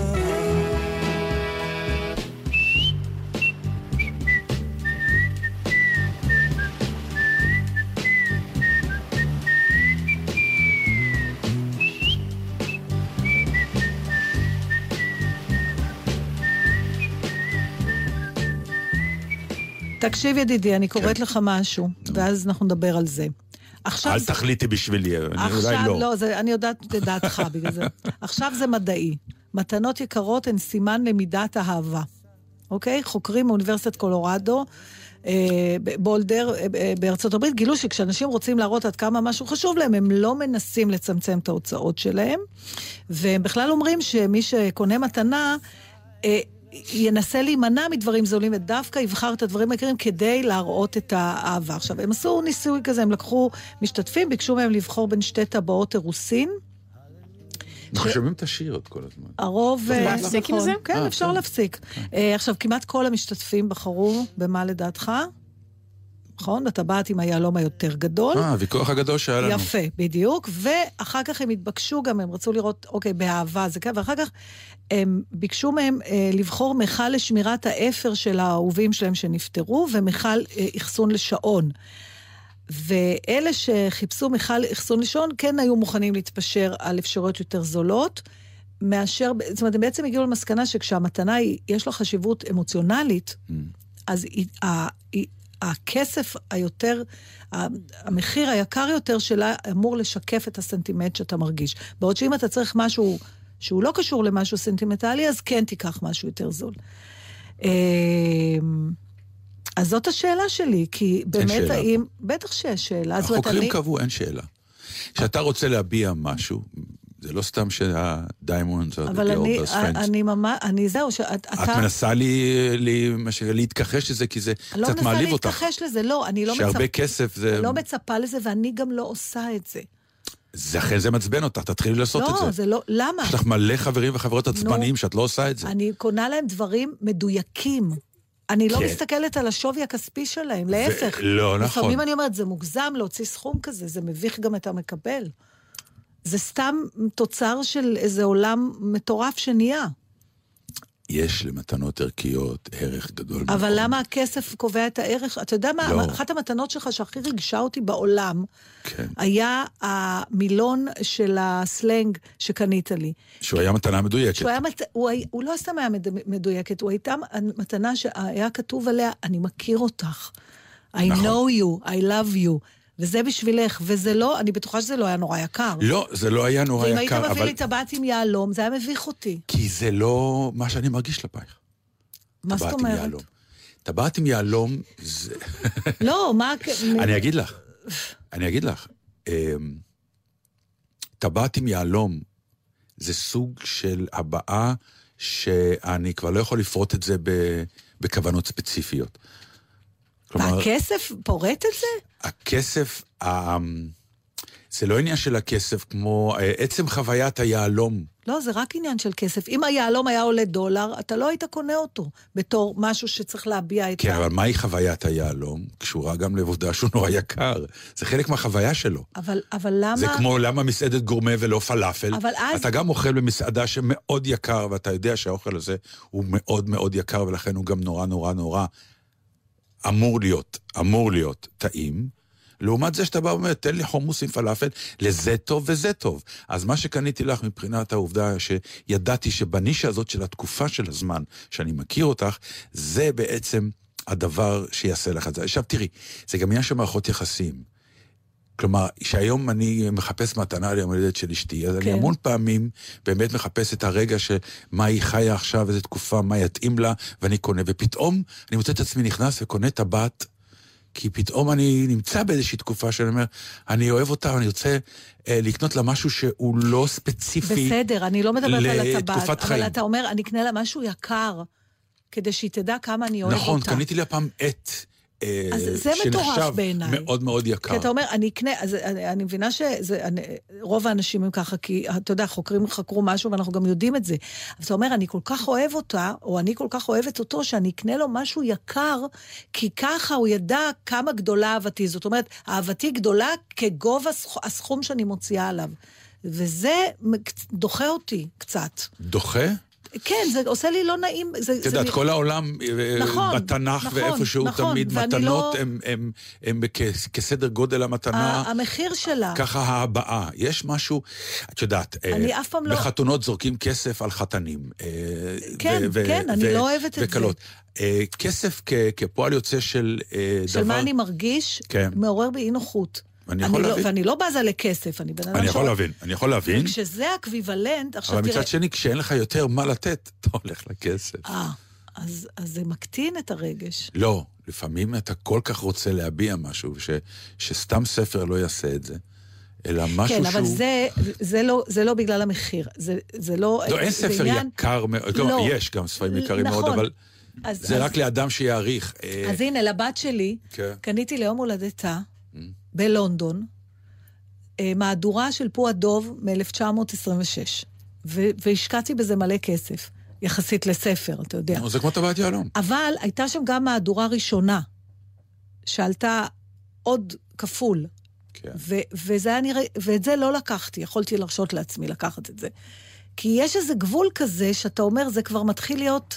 תקשיב ידידי, אני קוראת לך משהו, ואז אנחנו נדבר על זה. אל תחליטי בשבילי, אולי לא. לא, אני יודעת את דעתך בגלל זה. עכשיו זה מדעי. מתנות יקרות הן סימן למידת האהבה. אוקיי? חוקרים מאוניברסיטת קולורדו, בולדר, בארצות הברית, גילו שכשאנשים רוצים להראות עד כמה משהו חשוב להם, הם לא מנסים לצמצם את ההוצאות שלהם, והם בכלל אומרים שמי שקונה מתנה, ינסה להימנע מדברים זולים, ודווקא יבחר את הדברים העיקריים כדי להראות את האהבה. עכשיו, הם עשו ניסוי כזה, הם לקחו משתתפים, ביקשו מהם לבחור בין שתי טבעות אירוסין. אנחנו שומעים את השיר עוד כל הזמן. הרוב... להפסיק עם זה? כן, אפשר להפסיק. עכשיו, כמעט כל המשתתפים בחרו במה לדעתך? נכון? הטבעת עם היעלום היותר גדול. אה, הוויכוח הגדול שהיה לנו. יפה, בדיוק. ואחר כך הם התבקשו גם, הם רצו לראות, אוקיי, באהבה זה כן, ואחר כך הם ביקשו מהם אה, לבחור מיכל לשמירת האפר של האהובים שלהם שנפטרו, ומיכל אה, אחסון לשעון. ואלה שחיפשו מיכל אחסון לשעון, כן היו מוכנים להתפשר על אפשרויות יותר זולות, מאשר, זאת אומרת, הם בעצם הגיעו למסקנה שכשהמתנה היא, יש לה חשיבות אמוציונלית, mm. אז היא, היא, הכסף היותר, המחיר היקר יותר שלה אמור לשקף את הסנטימנט שאתה מרגיש. בעוד שאם אתה צריך משהו שהוא לא קשור למשהו סנטימנטלי, אז כן תיקח משהו יותר זול. אז זאת השאלה שלי, כי באמת האם, בטח שיש שאלה. החוקרים קבעו, אין שאלה. כשאתה רוצה להביע משהו, זה לא סתם שהדיימונדס, אבל אני, אני ממש, אני זהו, שאת... את מנסה להתכחש לזה, כי זה קצת מעליב אותך. לא מנסה להתכחש לזה, לא, אני לא מצפה... שהרבה כסף זה... לא מצפה לזה, ואני גם לא עושה את זה. זה אחרי זה מצבן אותך, תתחילי לעשות את זה. לא, זה לא, למה? יש לך מלא חברים וחברות עצבניים שאת לא עושה את זה. אני קונה להם דברים מדויקים. אני לא מסתכלת על השווי הכספי שלהם, להפך. לא, נכון. לפעמים אני אומרת, זה מוגזם להוציא סכום כזה, זה מביך גם את המקבל. זה סתם תוצר של איזה עולם מטורף שנהיה. יש למתנות ערכיות ערך גדול. אבל מאוד. למה הכסף קובע את הערך? אתה יודע מה, לא. אחת המתנות שלך שהכי רגשה אותי בעולם, כן. היה המילון של הסלנג שקנית לי. שהוא היה מתנה מדויקת. שהוא היה, הוא, היה, הוא לא סתם היה מדויקת, הוא הייתה מתנה שהיה כתוב עליה, אני מכיר אותך. I נכון. know you, I love you. וזה בשבילך, וזה לא, אני בטוחה שזה לא היה נורא יקר. לא, זה לא היה נורא יקר, אבל... ואם היית מביא לי טבעת עם יעלום, זה היה מביך אותי. כי זה לא מה שאני מרגיש לפייך. מה זאת אומרת? טבעת עם יעלום זה... לא, מה... אני אגיד לך, אני אגיד לך, טבעת עם יעלום זה סוג של הבעה שאני כבר לא יכול לפרוט את זה בכוונות ספציפיות. והכסף פורט את זה? הכסף, זה לא עניין של הכסף, כמו עצם חוויית היעלום. לא, זה רק עניין של כסף. אם היעלום היה עולה דולר, אתה לא היית קונה אותו, בתור משהו שצריך להביע את... כן, אבל מהי חוויית היעלום? קשורה גם לעובדה שהוא נורא יקר. זה חלק מהחוויה שלו. אבל, אבל למה... זה כמו למה מסעדת גורמה ולא פלאפל. אבל אז... אתה גם אוכל במסעדה שמאוד יקר, ואתה יודע שהאוכל הזה הוא מאוד מאוד יקר, ולכן הוא גם נורא נורא נורא אמור להיות, אמור להיות טעים. לעומת זה שאתה בא ואומר, תן לי חומוס עם פלאפל, לזה טוב וזה טוב. אז מה שקניתי לך מבחינת העובדה שידעתי שבנישה הזאת של התקופה של הזמן, שאני מכיר אותך, זה בעצם הדבר שיעשה לך את זה. עכשיו תראי, זה גם עניין של מערכות יחסים. כלומר, שהיום אני מחפש מתנה ליום הולדת של אשתי, אז כן. אני המון פעמים באמת מחפש את הרגע שמה היא חיה עכשיו, איזו תקופה, מה יתאים לה, ואני קונה, ופתאום אני מוצא את עצמי נכנס וקונה טבעת, כי פתאום אני נמצא באיזושהי תקופה שאני אומר, אני אוהב אותה, אני רוצה אה, לקנות לה משהו שהוא לא ספציפי. בסדר, אני לא מדברת על הטבעת, לתקופת חיים. אבל אתה אומר, אני אקנה לה משהו יקר, כדי שהיא תדע כמה אני אוהב נכון, אותה. נכון, קניתי לה פעם עט, אז זה מטורף בעיניי. מאוד מאוד יקר. כי אתה אומר, אני אקנה, אז אני, אני מבינה שרוב האנשים הם ככה, כי אתה יודע, חוקרים חקרו משהו ואנחנו גם יודעים את זה. אז אתה אומר, אני כל כך אוהב אותה, או אני כל כך אוהבת אותו, שאני אקנה לו משהו יקר, כי ככה הוא ידע כמה גדולה אהבתי. זאת אומרת, אהבתי גדולה כגובה הסכום שאני מוציאה עליו. וזה דוחה אותי קצת. דוחה? כן, זה עושה לי לא נעים. את יודעת, כל העולם בתנ"ך ואיפשהו תמיד מתנות הם כסדר גודל המתנה. המחיר שלה. ככה ההבאה. יש משהו, את יודעת, בחתונות זורקים כסף על חתנים. כן, כן, אני לא אוהבת את זה. כסף כפועל יוצא של דבר... של מה אני מרגיש, מעורר בי אי נוחות. אני יכול להבין. ואני לא בזה לכסף, אני בן אדם אני יכול להבין, אני יכול להבין. וכשזה אקוויוולנט, עכשיו תראה... אבל מצד שני, כשאין לך יותר מה לתת, אתה הולך לכסף. אה, אז זה מקטין את הרגש. לא, לפעמים אתה כל כך רוצה להביע משהו, שסתם ספר לא יעשה את זה, אלא משהו שהוא... כן, אבל זה לא בגלל המחיר. זה לא... לא, אין ספר יקר מאוד, יש גם ספרים יקרים מאוד, אבל... זה רק לאדם שיעריך. אז הנה, לבת שלי, קניתי ליום הולדתה, בלונדון, מהדורה של פו הדוב מ-אלף תשע מאות עשרים ושש. והשקעתי בזה מלא כסף, יחסית לספר, אתה יודע. זה כמו טבעת יהלום. אבל הייתה שם גם מהדורה ראשונה, שעלתה עוד כפול. כן. וזה היה נראה, ואת זה לא לקחתי, יכולתי לרשות לעצמי לקחת את זה. כי יש איזה גבול כזה, שאתה אומר, זה כבר מתחיל להיות...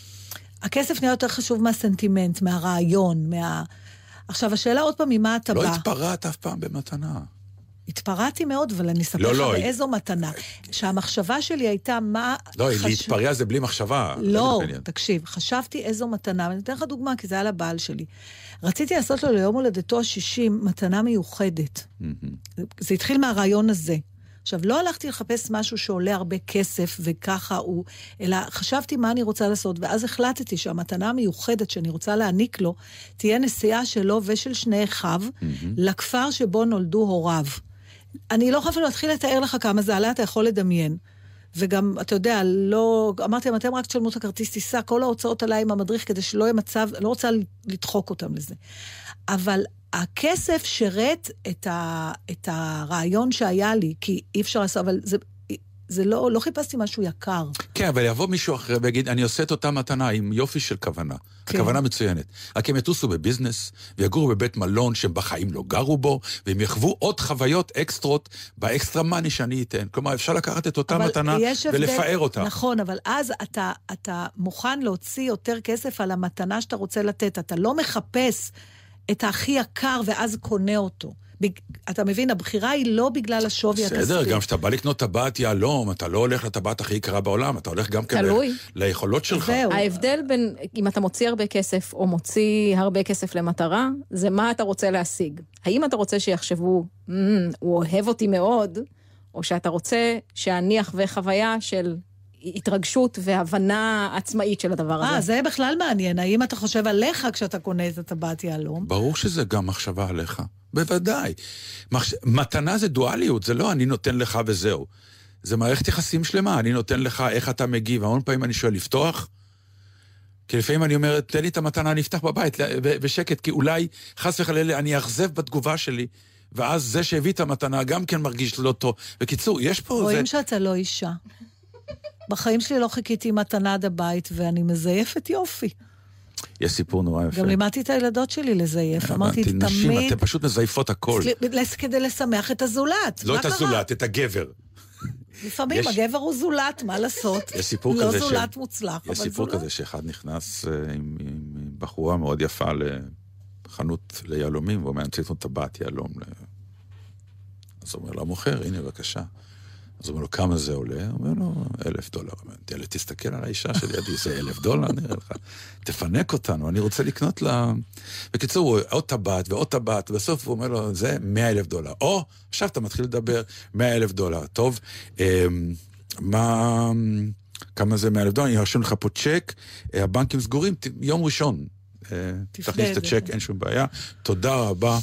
הכסף נהיה יותר חשוב מהסנטימנט, מהרעיון, מה... עכשיו, השאלה עוד פעם, ממה אתה בא? לא התפרעת אף פעם במתנה. התפרעתי מאוד, אבל אני אספר לך באיזו מתנה. שהמחשבה שלי הייתה מה... לא, להתפרע זה בלי מחשבה. לא, תקשיב, חשבתי איזו מתנה, ואני אתן לך דוגמה, כי זה היה לבעל שלי. רציתי לעשות לו ליום הולדתו ה-שישים מתנה מיוחדת. זה התחיל מהרעיון הזה. עכשיו, לא הלכתי לחפש משהו שעולה הרבה כסף וככה הוא, אלא חשבתי מה אני רוצה לעשות, ואז החלטתי שהמתנה המיוחדת שאני רוצה להעניק לו, תהיה נסיעה שלו ושל שני אחיו, mm-hmm. לכפר שבו נולדו הוריו. אני לא יכולה להתחיל לתאר לך כמה זה עלה, אתה יכול לדמיין. וגם, אתה יודע, לא, אמרתי, אתם רק תשלמו את הכרטיס טיסה, כל ההוצאות עליי עם המדריך, כדי שלא יהיה מצב, לא רוצה לדחוק אותם לזה. אבל הכסף שרת את, ה, את הרעיון שהיה לי, כי אי אפשר לעשות, אבל זה, זה לא, לא חיפשתי משהו יקר. כן, אבל יבוא מישהו אחר ויגיד, אני עושה את אותה מתנה עם יופי של כוונה. כן. הכוונה מצוינת. רק הם יטוסו בביזנס, ויגורו בבית מלון שהם בחיים לא גרו בו, והם יחוו עוד חוויות אקסטרות באקסטרה מני שאני אתן. כלומר, אפשר לקחת את אותה מתנה ולפאר אותה. נכון, אבל אז אתה, אתה מוכן להוציא יותר כסף על המתנה שאתה רוצה לתת. אתה לא מחפש את הכי יקר ואז קונה אותו. אתה מבין, הבחירה היא לא בגלל השווי הכספי. בסדר, גם שאתה בא לקנות טבעת יהלום, אתה לא הולך לטבעת הכי יקרה בעולם, אתה הולך גם כאלה ליכולות שלך. ההבדל בין אם אתה מוציא הרבה כסף או מוציא הרבה כסף למטרה, זה מה אתה רוצה להשיג. האם אתה רוצה שיחשבו, הוא אוהב אותי מאוד, או שאתה רוצה שהניח וחוויה של התרגשות והבנה עצמאית של הדבר הזה. אה, זה בכלל מעניין. האם אתה חושב עליך כשאתה קונה את הטבעת יהלום? ברור שזה גם מחשבה עליך. בוודאי. מחש... מתנה זה דואליות, זה לא אני נותן לך וזהו. זה מערכת יחסים שלמה, אני נותן לך איך אתה מגיב. המון פעמים אני שואל לפתוח, כי לפעמים אני אומר, תן לי את המתנה, אני אפתח בבית, ושקט, כי אולי חס וחלילה אני אכזב בתגובה שלי, ואז זה שהביא את המתנה גם כן מרגיש לא טוב. בקיצור, יש פה... רואים זה... שאתה לא אישה. בחיים שלי לא חיכיתי מתנה עד הבית, ואני מזייפת יופי. יש סיפור נורא יפה. גם לימדתי את הילדות שלי לזייף. אמרתי, תמיד... נשים, אתם פשוט מזייפות הכל. כדי לשמח את הזולת. לא את הזולת, את הגבר. לפעמים יש... הגבר הוא זולת, מה לעשות? יש סיפור לא כזה זולת ש... מוצלח, יש סיפור זולת. כזה שאחד נכנס עם, עם, עם בחורה מאוד יפה לחנות ליהלומים, והוא אומר, אני צריך טבעת יהלום. ל... אז הוא אומר, לא מוכר, הנה בבקשה. אז הוא אומר לו, כמה זה עולה? הוא אומר לו, אלף דולר. הוא אומר, תראה, תסתכל על האישה שלי, זה אלף דולר, נראה לך. תפנק אותנו, אני רוצה לקנות לה... בקיצור, עוד טבעת ועוד טבעת, ובסוף הוא אומר לו, זה מאה אלף דולר. או, עכשיו אתה מתחיל לדבר, מאה אלף דולר. טוב, מה... כמה זה מאה אלף דולר? אני ארשום לך פה צ'ק, הבנקים סגורים, יום ראשון. תכניס את הצ'ק, אין שום בעיה. תודה רבה.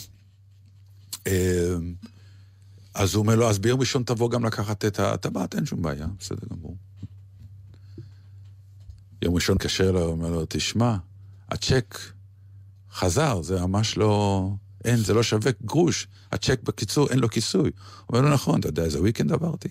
אז הוא אומר לו, אז ביום ראשון תבוא גם לקחת את הטבעת, אין שום בעיה, בסדר גמור. יום ראשון קשר לו, הוא אומר לו, תשמע, הצ'ק חזר, זה ממש לא, אין, זה לא שווה גרוש, הצ'ק בקיצור, אין לו כיסוי. הוא אומר לו, נכון, אתה יודע, איזה וויקנד עברתי.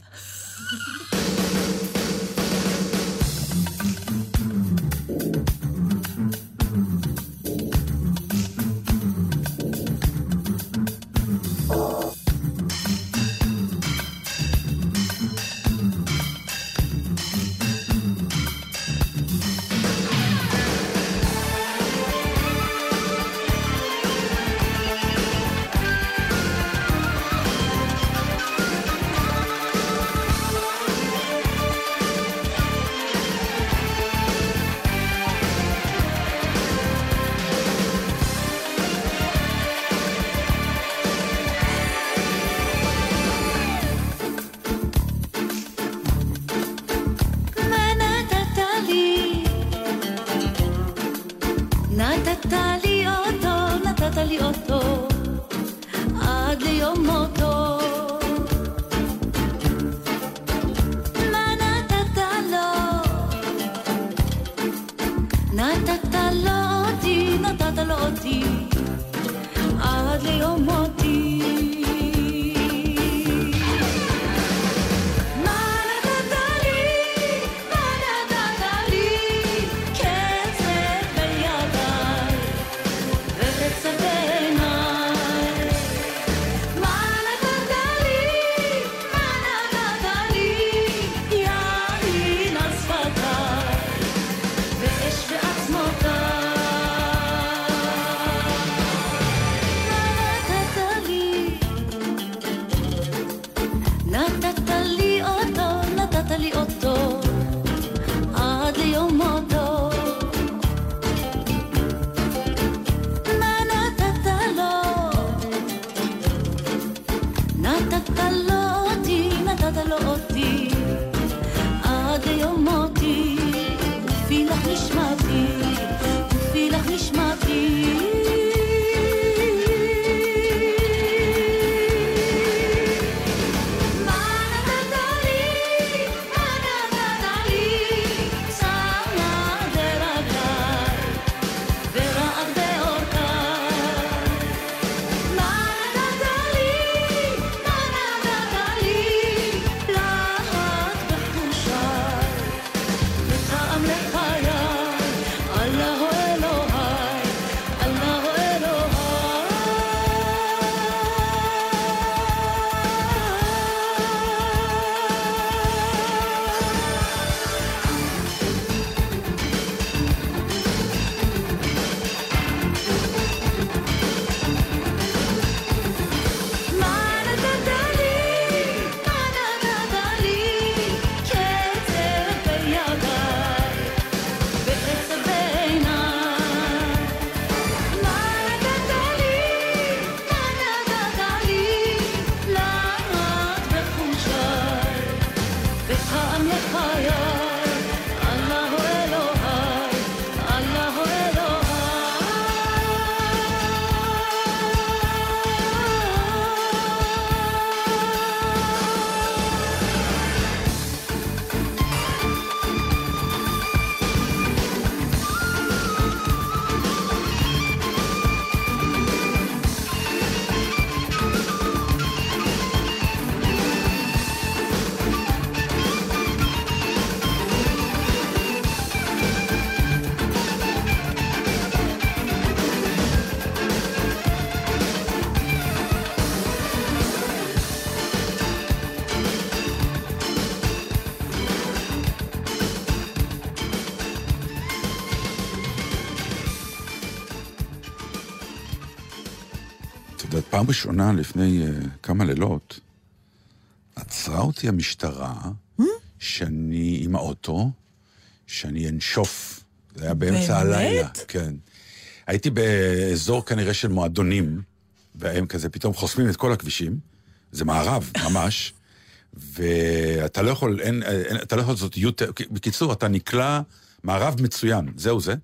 יודעת, פעם ראשונה לפני uh, כמה לילות, עצרה אותי המשטרה, hmm? שאני עם האוטו, שאני אנשוף. זה היה באמצע הלילה. כן. הייתי באזור כנראה של מועדונים, והם כזה פתאום חוסמים את כל הכבישים, זה מערב ממש, ואתה לא יכול, אין, אין, אתה לא יכול לעשות יותר, בקיצור, אתה נקלע מערב מצוין, זהו זה,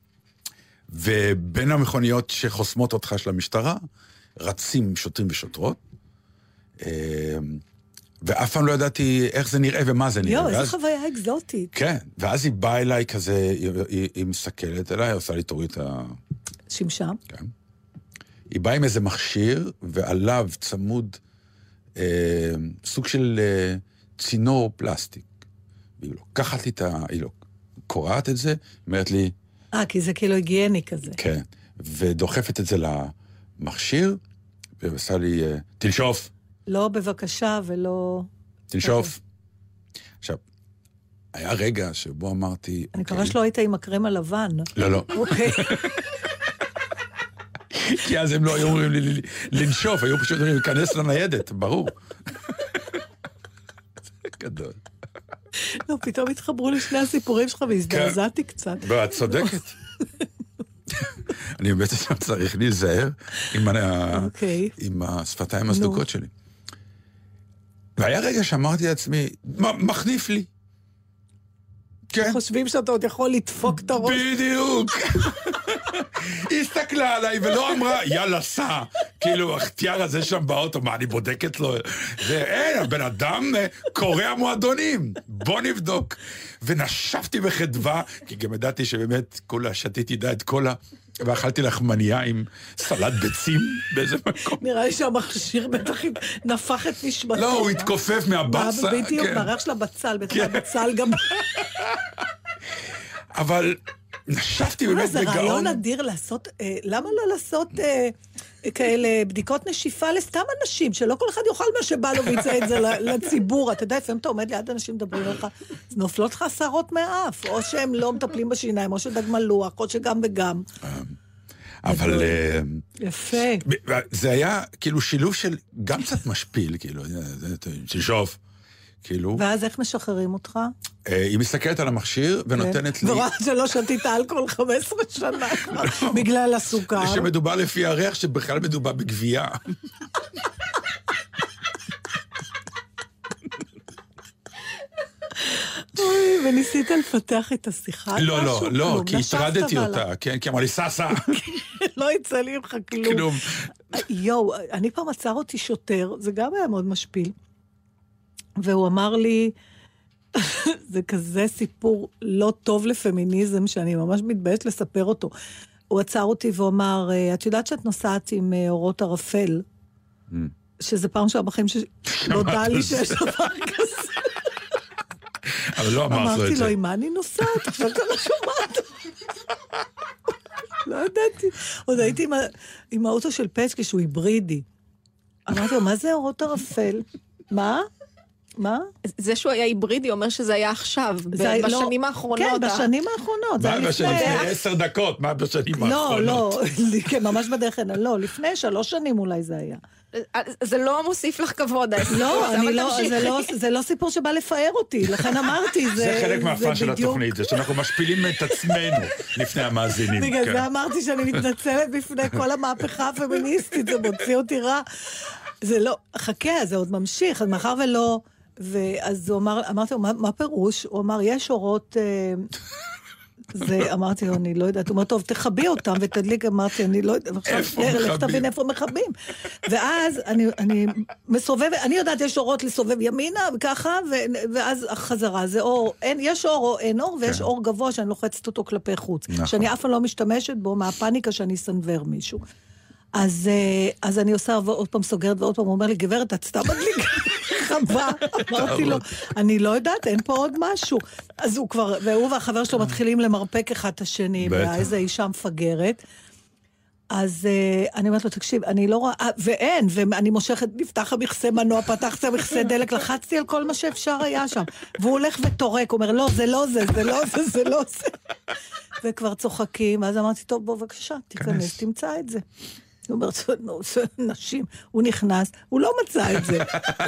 ובין המכוניות שחוסמות אותך של המשטרה, רצים שוטרים ושוטרות, ואף פעם לא ידעתי איך זה נראה ומה זה נראה. יו, איזה ואז, חוויה אקזוטית. כן, ואז היא באה אליי כזה, היא, היא, היא מסתכלת אליי, עושה לי תוריד את ה... שמשה. כן. היא באה עם איזה מכשיר, ועליו צמוד אה, סוג של אה, צינור פלסטיק. והיא לוקחת לי את ה... היא לא קוראת את זה, אומרת לי... אה, כי זה כאילו היגייני כזה. כן, ודוחפת את זה למכשיר, ועושה לי, אה, תנשוף. לא בבקשה ולא... תנשוף. עכשיו, היה רגע שבו אמרתי... אני מקווה שלא היית עם הקרם הלבן. לא, לא. אוקיי. כי אז הם לא היו אומרים לי לנשוף, היו פשוט אומרים, להיכנס לניידת, ברור. זה גדול. לא, פתאום התחברו לשני הסיפורים שלך והזדעזעתי קצת. ואת צודקת. אני באמת צריך להיזהר עם השפתיים הסדוקות שלי. והיה רגע שאמרתי לעצמי, מחניף לי. חושבים שאתה עוד יכול לדפוק את הראש. בדיוק. היא הסתכלה עליי ולא אמרה, יאללה, סע. כאילו, החטייר הזה שם באוטו, מה, אני בודקת לו? ואין, הבן אדם קורא מועדונים. בוא נבדוק. ונשפתי בחדווה, כי גם ידעתי שבאמת כולה שתיתי די את כולה, ואכלתי לחמניה עם סלט ביצים באיזה מקום. נראה לי שהמכשיר בטח נפח את נשמתו. לא, הוא התכופף מהבצל. בדיוק, מהריח של הבצל, בטח הבצל גם... אבל נשפתי באמת בגאון. זה רעיון אדיר לעשות, למה לא לעשות כאלה בדיקות נשיפה לסתם אנשים, שלא כל אחד יאכל מה שבא לו ויצא את זה לציבור. אתה יודע, לפעמים אתה עומד ליד אנשים מדברים לך, אז נופלות לך שערות מהאף, או שהם לא מטפלים בשיניים, או שדג מלוח, או שגם וגם. אבל... יפה. זה היה כאילו שילוב של גם קצת משפיל, כאילו, תשוף. כאילו. ואז איך משחררים אותך? היא מסתכלת על המכשיר ונותנת לי... וראה שלא שתית אלכוהול חמש עשרה שנה בגלל הסוכר. שמדובר לפי הריח שבכלל מדובר בגבייה. אוי, וניסית לפתח את השיחה? לא, לא, לא, כי התרדתי אותה, כן, כי אמר לי, ססה. לא יצא לי ממך כלום. כלום. יואו, אני פעם עצר אותי שוטר, זה גם היה מאוד משפיל. והוא אמר לי, זה כזה סיפור לא טוב לפמיניזם, שאני ממש מתביישת לספר אותו. הוא עצר אותי ואומר, את יודעת שאת נוסעת עם אורות ערפל? שזה פעם שעה בחיים שנודע לי שיש דבר כזה. אבל לא אמרת לו את זה. אמרתי לו, עם מה אני נוסעת? עכשיו אתה לא שומעת. לא ידעתי. עוד הייתי עם האוטו של פצ'קי, שהוא היברידי. אמרתי לו, מה זה אורות ערפל? מה? מה? זה שהוא היה היברידי אומר שזה היה עכשיו, בשנים האחרונות. כן, בשנים האחרונות. מה בשנים? עשר דקות, מה בשנים האחרונות? לא, לא, כן, ממש בדרך כלל, לא, לפני שלוש שנים אולי זה היה. זה לא מוסיף לך כבוד. לא, זה לא סיפור שבא לפאר אותי, לכן אמרתי, זה... זה חלק מהפן של התוכנית, זה שאנחנו משפילים את עצמנו לפני המאזינים. בגלל זה אמרתי שאני מתנצלת בפני כל המהפכה הפמיניסטית, זה מוציא אותי רע. זה לא, חכה, זה עוד ממשיך, אז מאחר ולא... ואז הוא אמר, אמרתי לו, מה, מה פירוש? הוא אמר, יש אורות, אה, זה, אמרתי לו, אני לא יודעת, הוא אומר, טוב, תחבי אותם ותדליק, אמרתי, אני לא יודעת, איפה מחבים? לך תבין איפה מחבים. ואז אני, אני מסובב, אני יודעת, יש אורות לסובב ימינה, וככה, ו, ואז החזרה, זה אור, אין, יש אור או אין אור, ויש כן. אור גבוה שאני לוחצת אותו כלפי חוץ, נכון. שאני אף פעם לא משתמשת בו, מהפניקה שאני סנבר מישהו. אז, אז אני עושה, ועוד פעם סוגרת, ועוד פעם הוא אומר לי, גברת, את סתם מדליק. חווה, אמרתי לו, אני לא יודעת, אין פה עוד משהו. אז הוא כבר, והוא והחבר שלו מתחילים למרפק אחד את השני, באיזה אישה מפגרת. אז אני אומרת לו, תקשיב, אני לא רואה, ואין, ואני מושכת, נפתח המכסה מנוע, פתח את המכסה דלק, לחצתי על כל מה שאפשר היה שם. והוא הולך וטורק, אומר, לא, זה לא זה, זה לא זה, זה לא זה. וכבר צוחקים, אז אמרתי, טוב, בוא בבקשה, תיכנס, תמצא את זה. הוא אומר, נשים, הוא נכנס, הוא לא מצא את זה.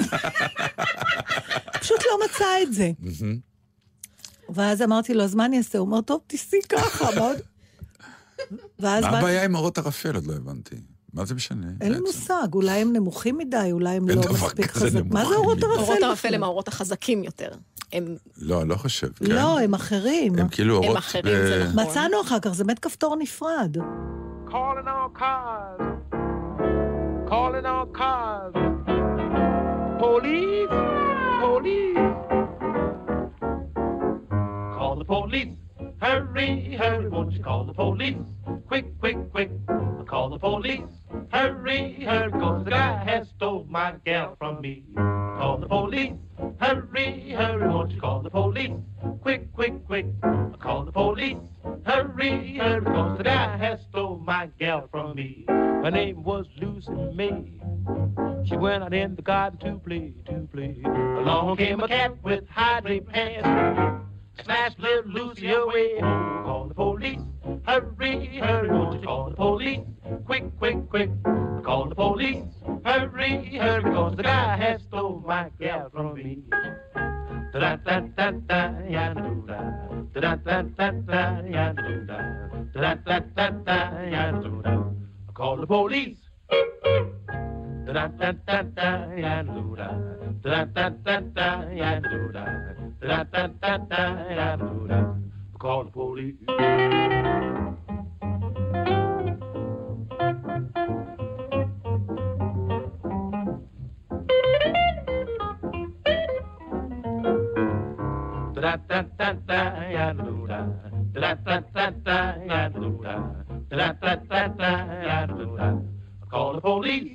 פשוט לא מצא את זה. ואז אמרתי לו, אז מה אני אעשה? הוא אומר, טוב, תיסי ככה, מאוד... מה הבעיה עם אורות ערפל? עוד לא הבנתי. מה זה משנה? אין לי מושג, אולי הם נמוכים מדי, אולי הם לא מספיק חזקים. מה זה אורות ערפל? אורות ערפל הם האורות החזקים יותר. לא, אני לא חושב. לא, הם אחרים. הם כאילו אורות... מצאנו אחר כך, זה מת כפתור נפרד. Calling all cars. Calling all cars. Police. Police. Call the police. Hurry, hurry, won't you call the police? Quick, quick, quick. Call the police. Hurry, hurry, cause the guy has stole my gal from me. Call the police. Hurry, hurry, won't you call the police? Quick, quick, quick. Call the police. Hurry, hurry, cause the guy has stole my gal from me. Her name was Lucy May. She went out in the garden to play, to play. Along came a cat with high draped pants. Snatched little Lucy away. Oh, call the police. Hurry, hurry, won't you call the police? Quick, quick, quick. Call the police. Hurry, hurry, because the guy has stole my gal from me. Da da da da, ya do da. Da da da da, ya do da. Da da da da, ya do da. Call the police. Da da da da, ya do da. Da da da da, ya do da. Da da da da, ya do da. Call the police. Da da da da, ya do da. Da da da da, ya do da. Da da da da, ya do da. Call the police.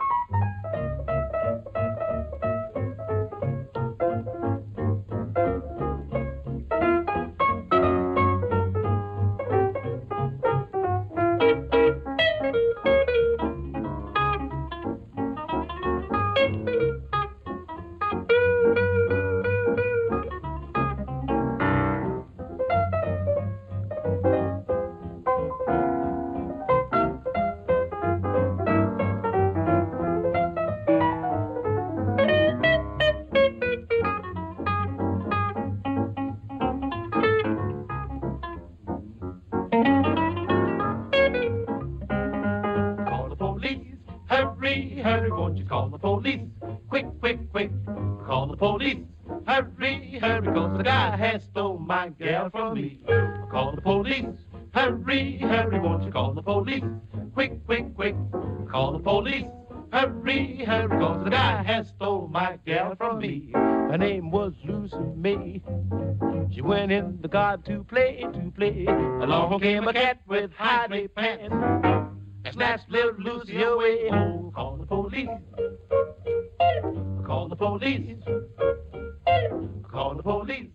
To play, to play. Along came a cat with high draped pants and snatched little Lucy away. Oh, call the police. Call the police. Call the police.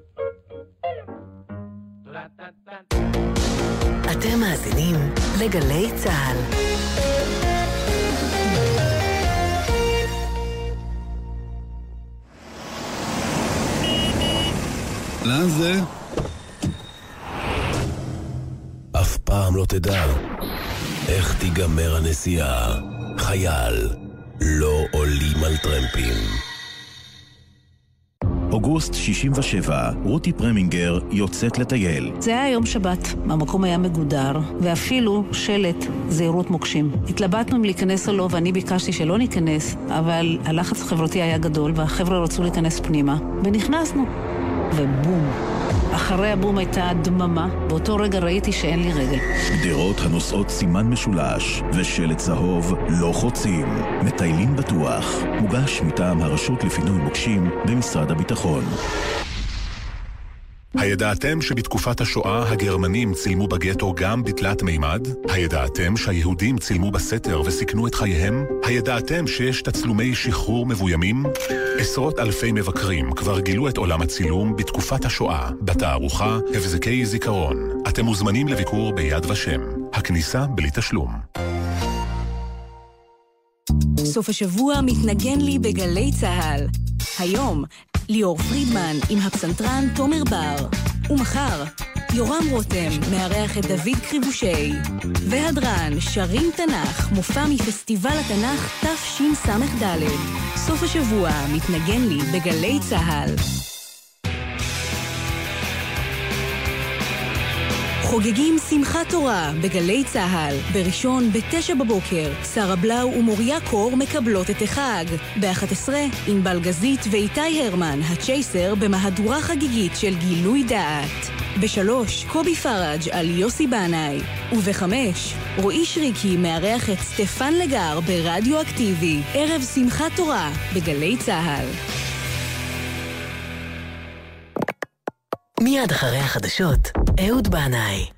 אתם מאזינים לגלי צהל. לאן זה? אף פעם לא תדע איך תיגמר הנסיעה. חייל, לא עולים על טרמפים. אוגוסט שישים ושבע, רותי פרמינגר יוצאת לטייל. זה היה יום שבת, המקום היה מגודר, ואפילו שלט זהירות מוקשים. התלבטנו אם להיכנס או לא, ואני ביקשתי שלא ניכנס, אבל הלחץ החברתי היה גדול, והחבר'ה רצו להיכנס פנימה, ונכנסנו. ובום. אחרי הבום הייתה דממה, באותו רגע ראיתי שאין לי רגל. גדרות הנושאות סימן משולש, ושלט צהוב לא חוצים. מטיילים בטוח. מוגש מטעם הרשות לפינוי מוקשים במשרד הביטחון. הידעתם שבתקופת השואה הגרמנים צילמו בגטו גם בתלת מימד? הידעתם שהיהודים צילמו בסתר וסיכנו את חייהם? הידעתם שיש תצלומי שחרור מבוימים? עשרות אלפי מבקרים כבר גילו את עולם הצילום בתקופת השואה, בתערוכה הבזקי זיכרון. אתם מוזמנים לביקור ביד ושם. הכניסה בלי תשלום. סוף השבוע מתנגן לי בגלי צהל. היום, ליאור פרידמן עם הפסנתרן תומר בר. ומחר, יורם רותם מארח את דוד קריבושי. והדרן שרים תנ"ך, מופע מפסטיבל התנ"ך תשס"ד. סוף השבוע מתנגן לי בגלי צהל. חוגגים שמחת תורה בגלי צהל. בראשון בתשע בבוקר, שרה בלאו ומוריה קור מקבלות את החג. ב-אחת עשרה, ענבל גזית ואיתי הרמן, הצ'ייסר, במהדורה חגיגית של גילוי דעת. בשלוש, קובי פראג' על יוסי בנאי. ובחמש, רועי שריקי מארח את סטפן לגר ברדיו אקטיבי. ערב שמחת תורה בגלי צהל. מיד אחרי החדשות, אהוד בנאי.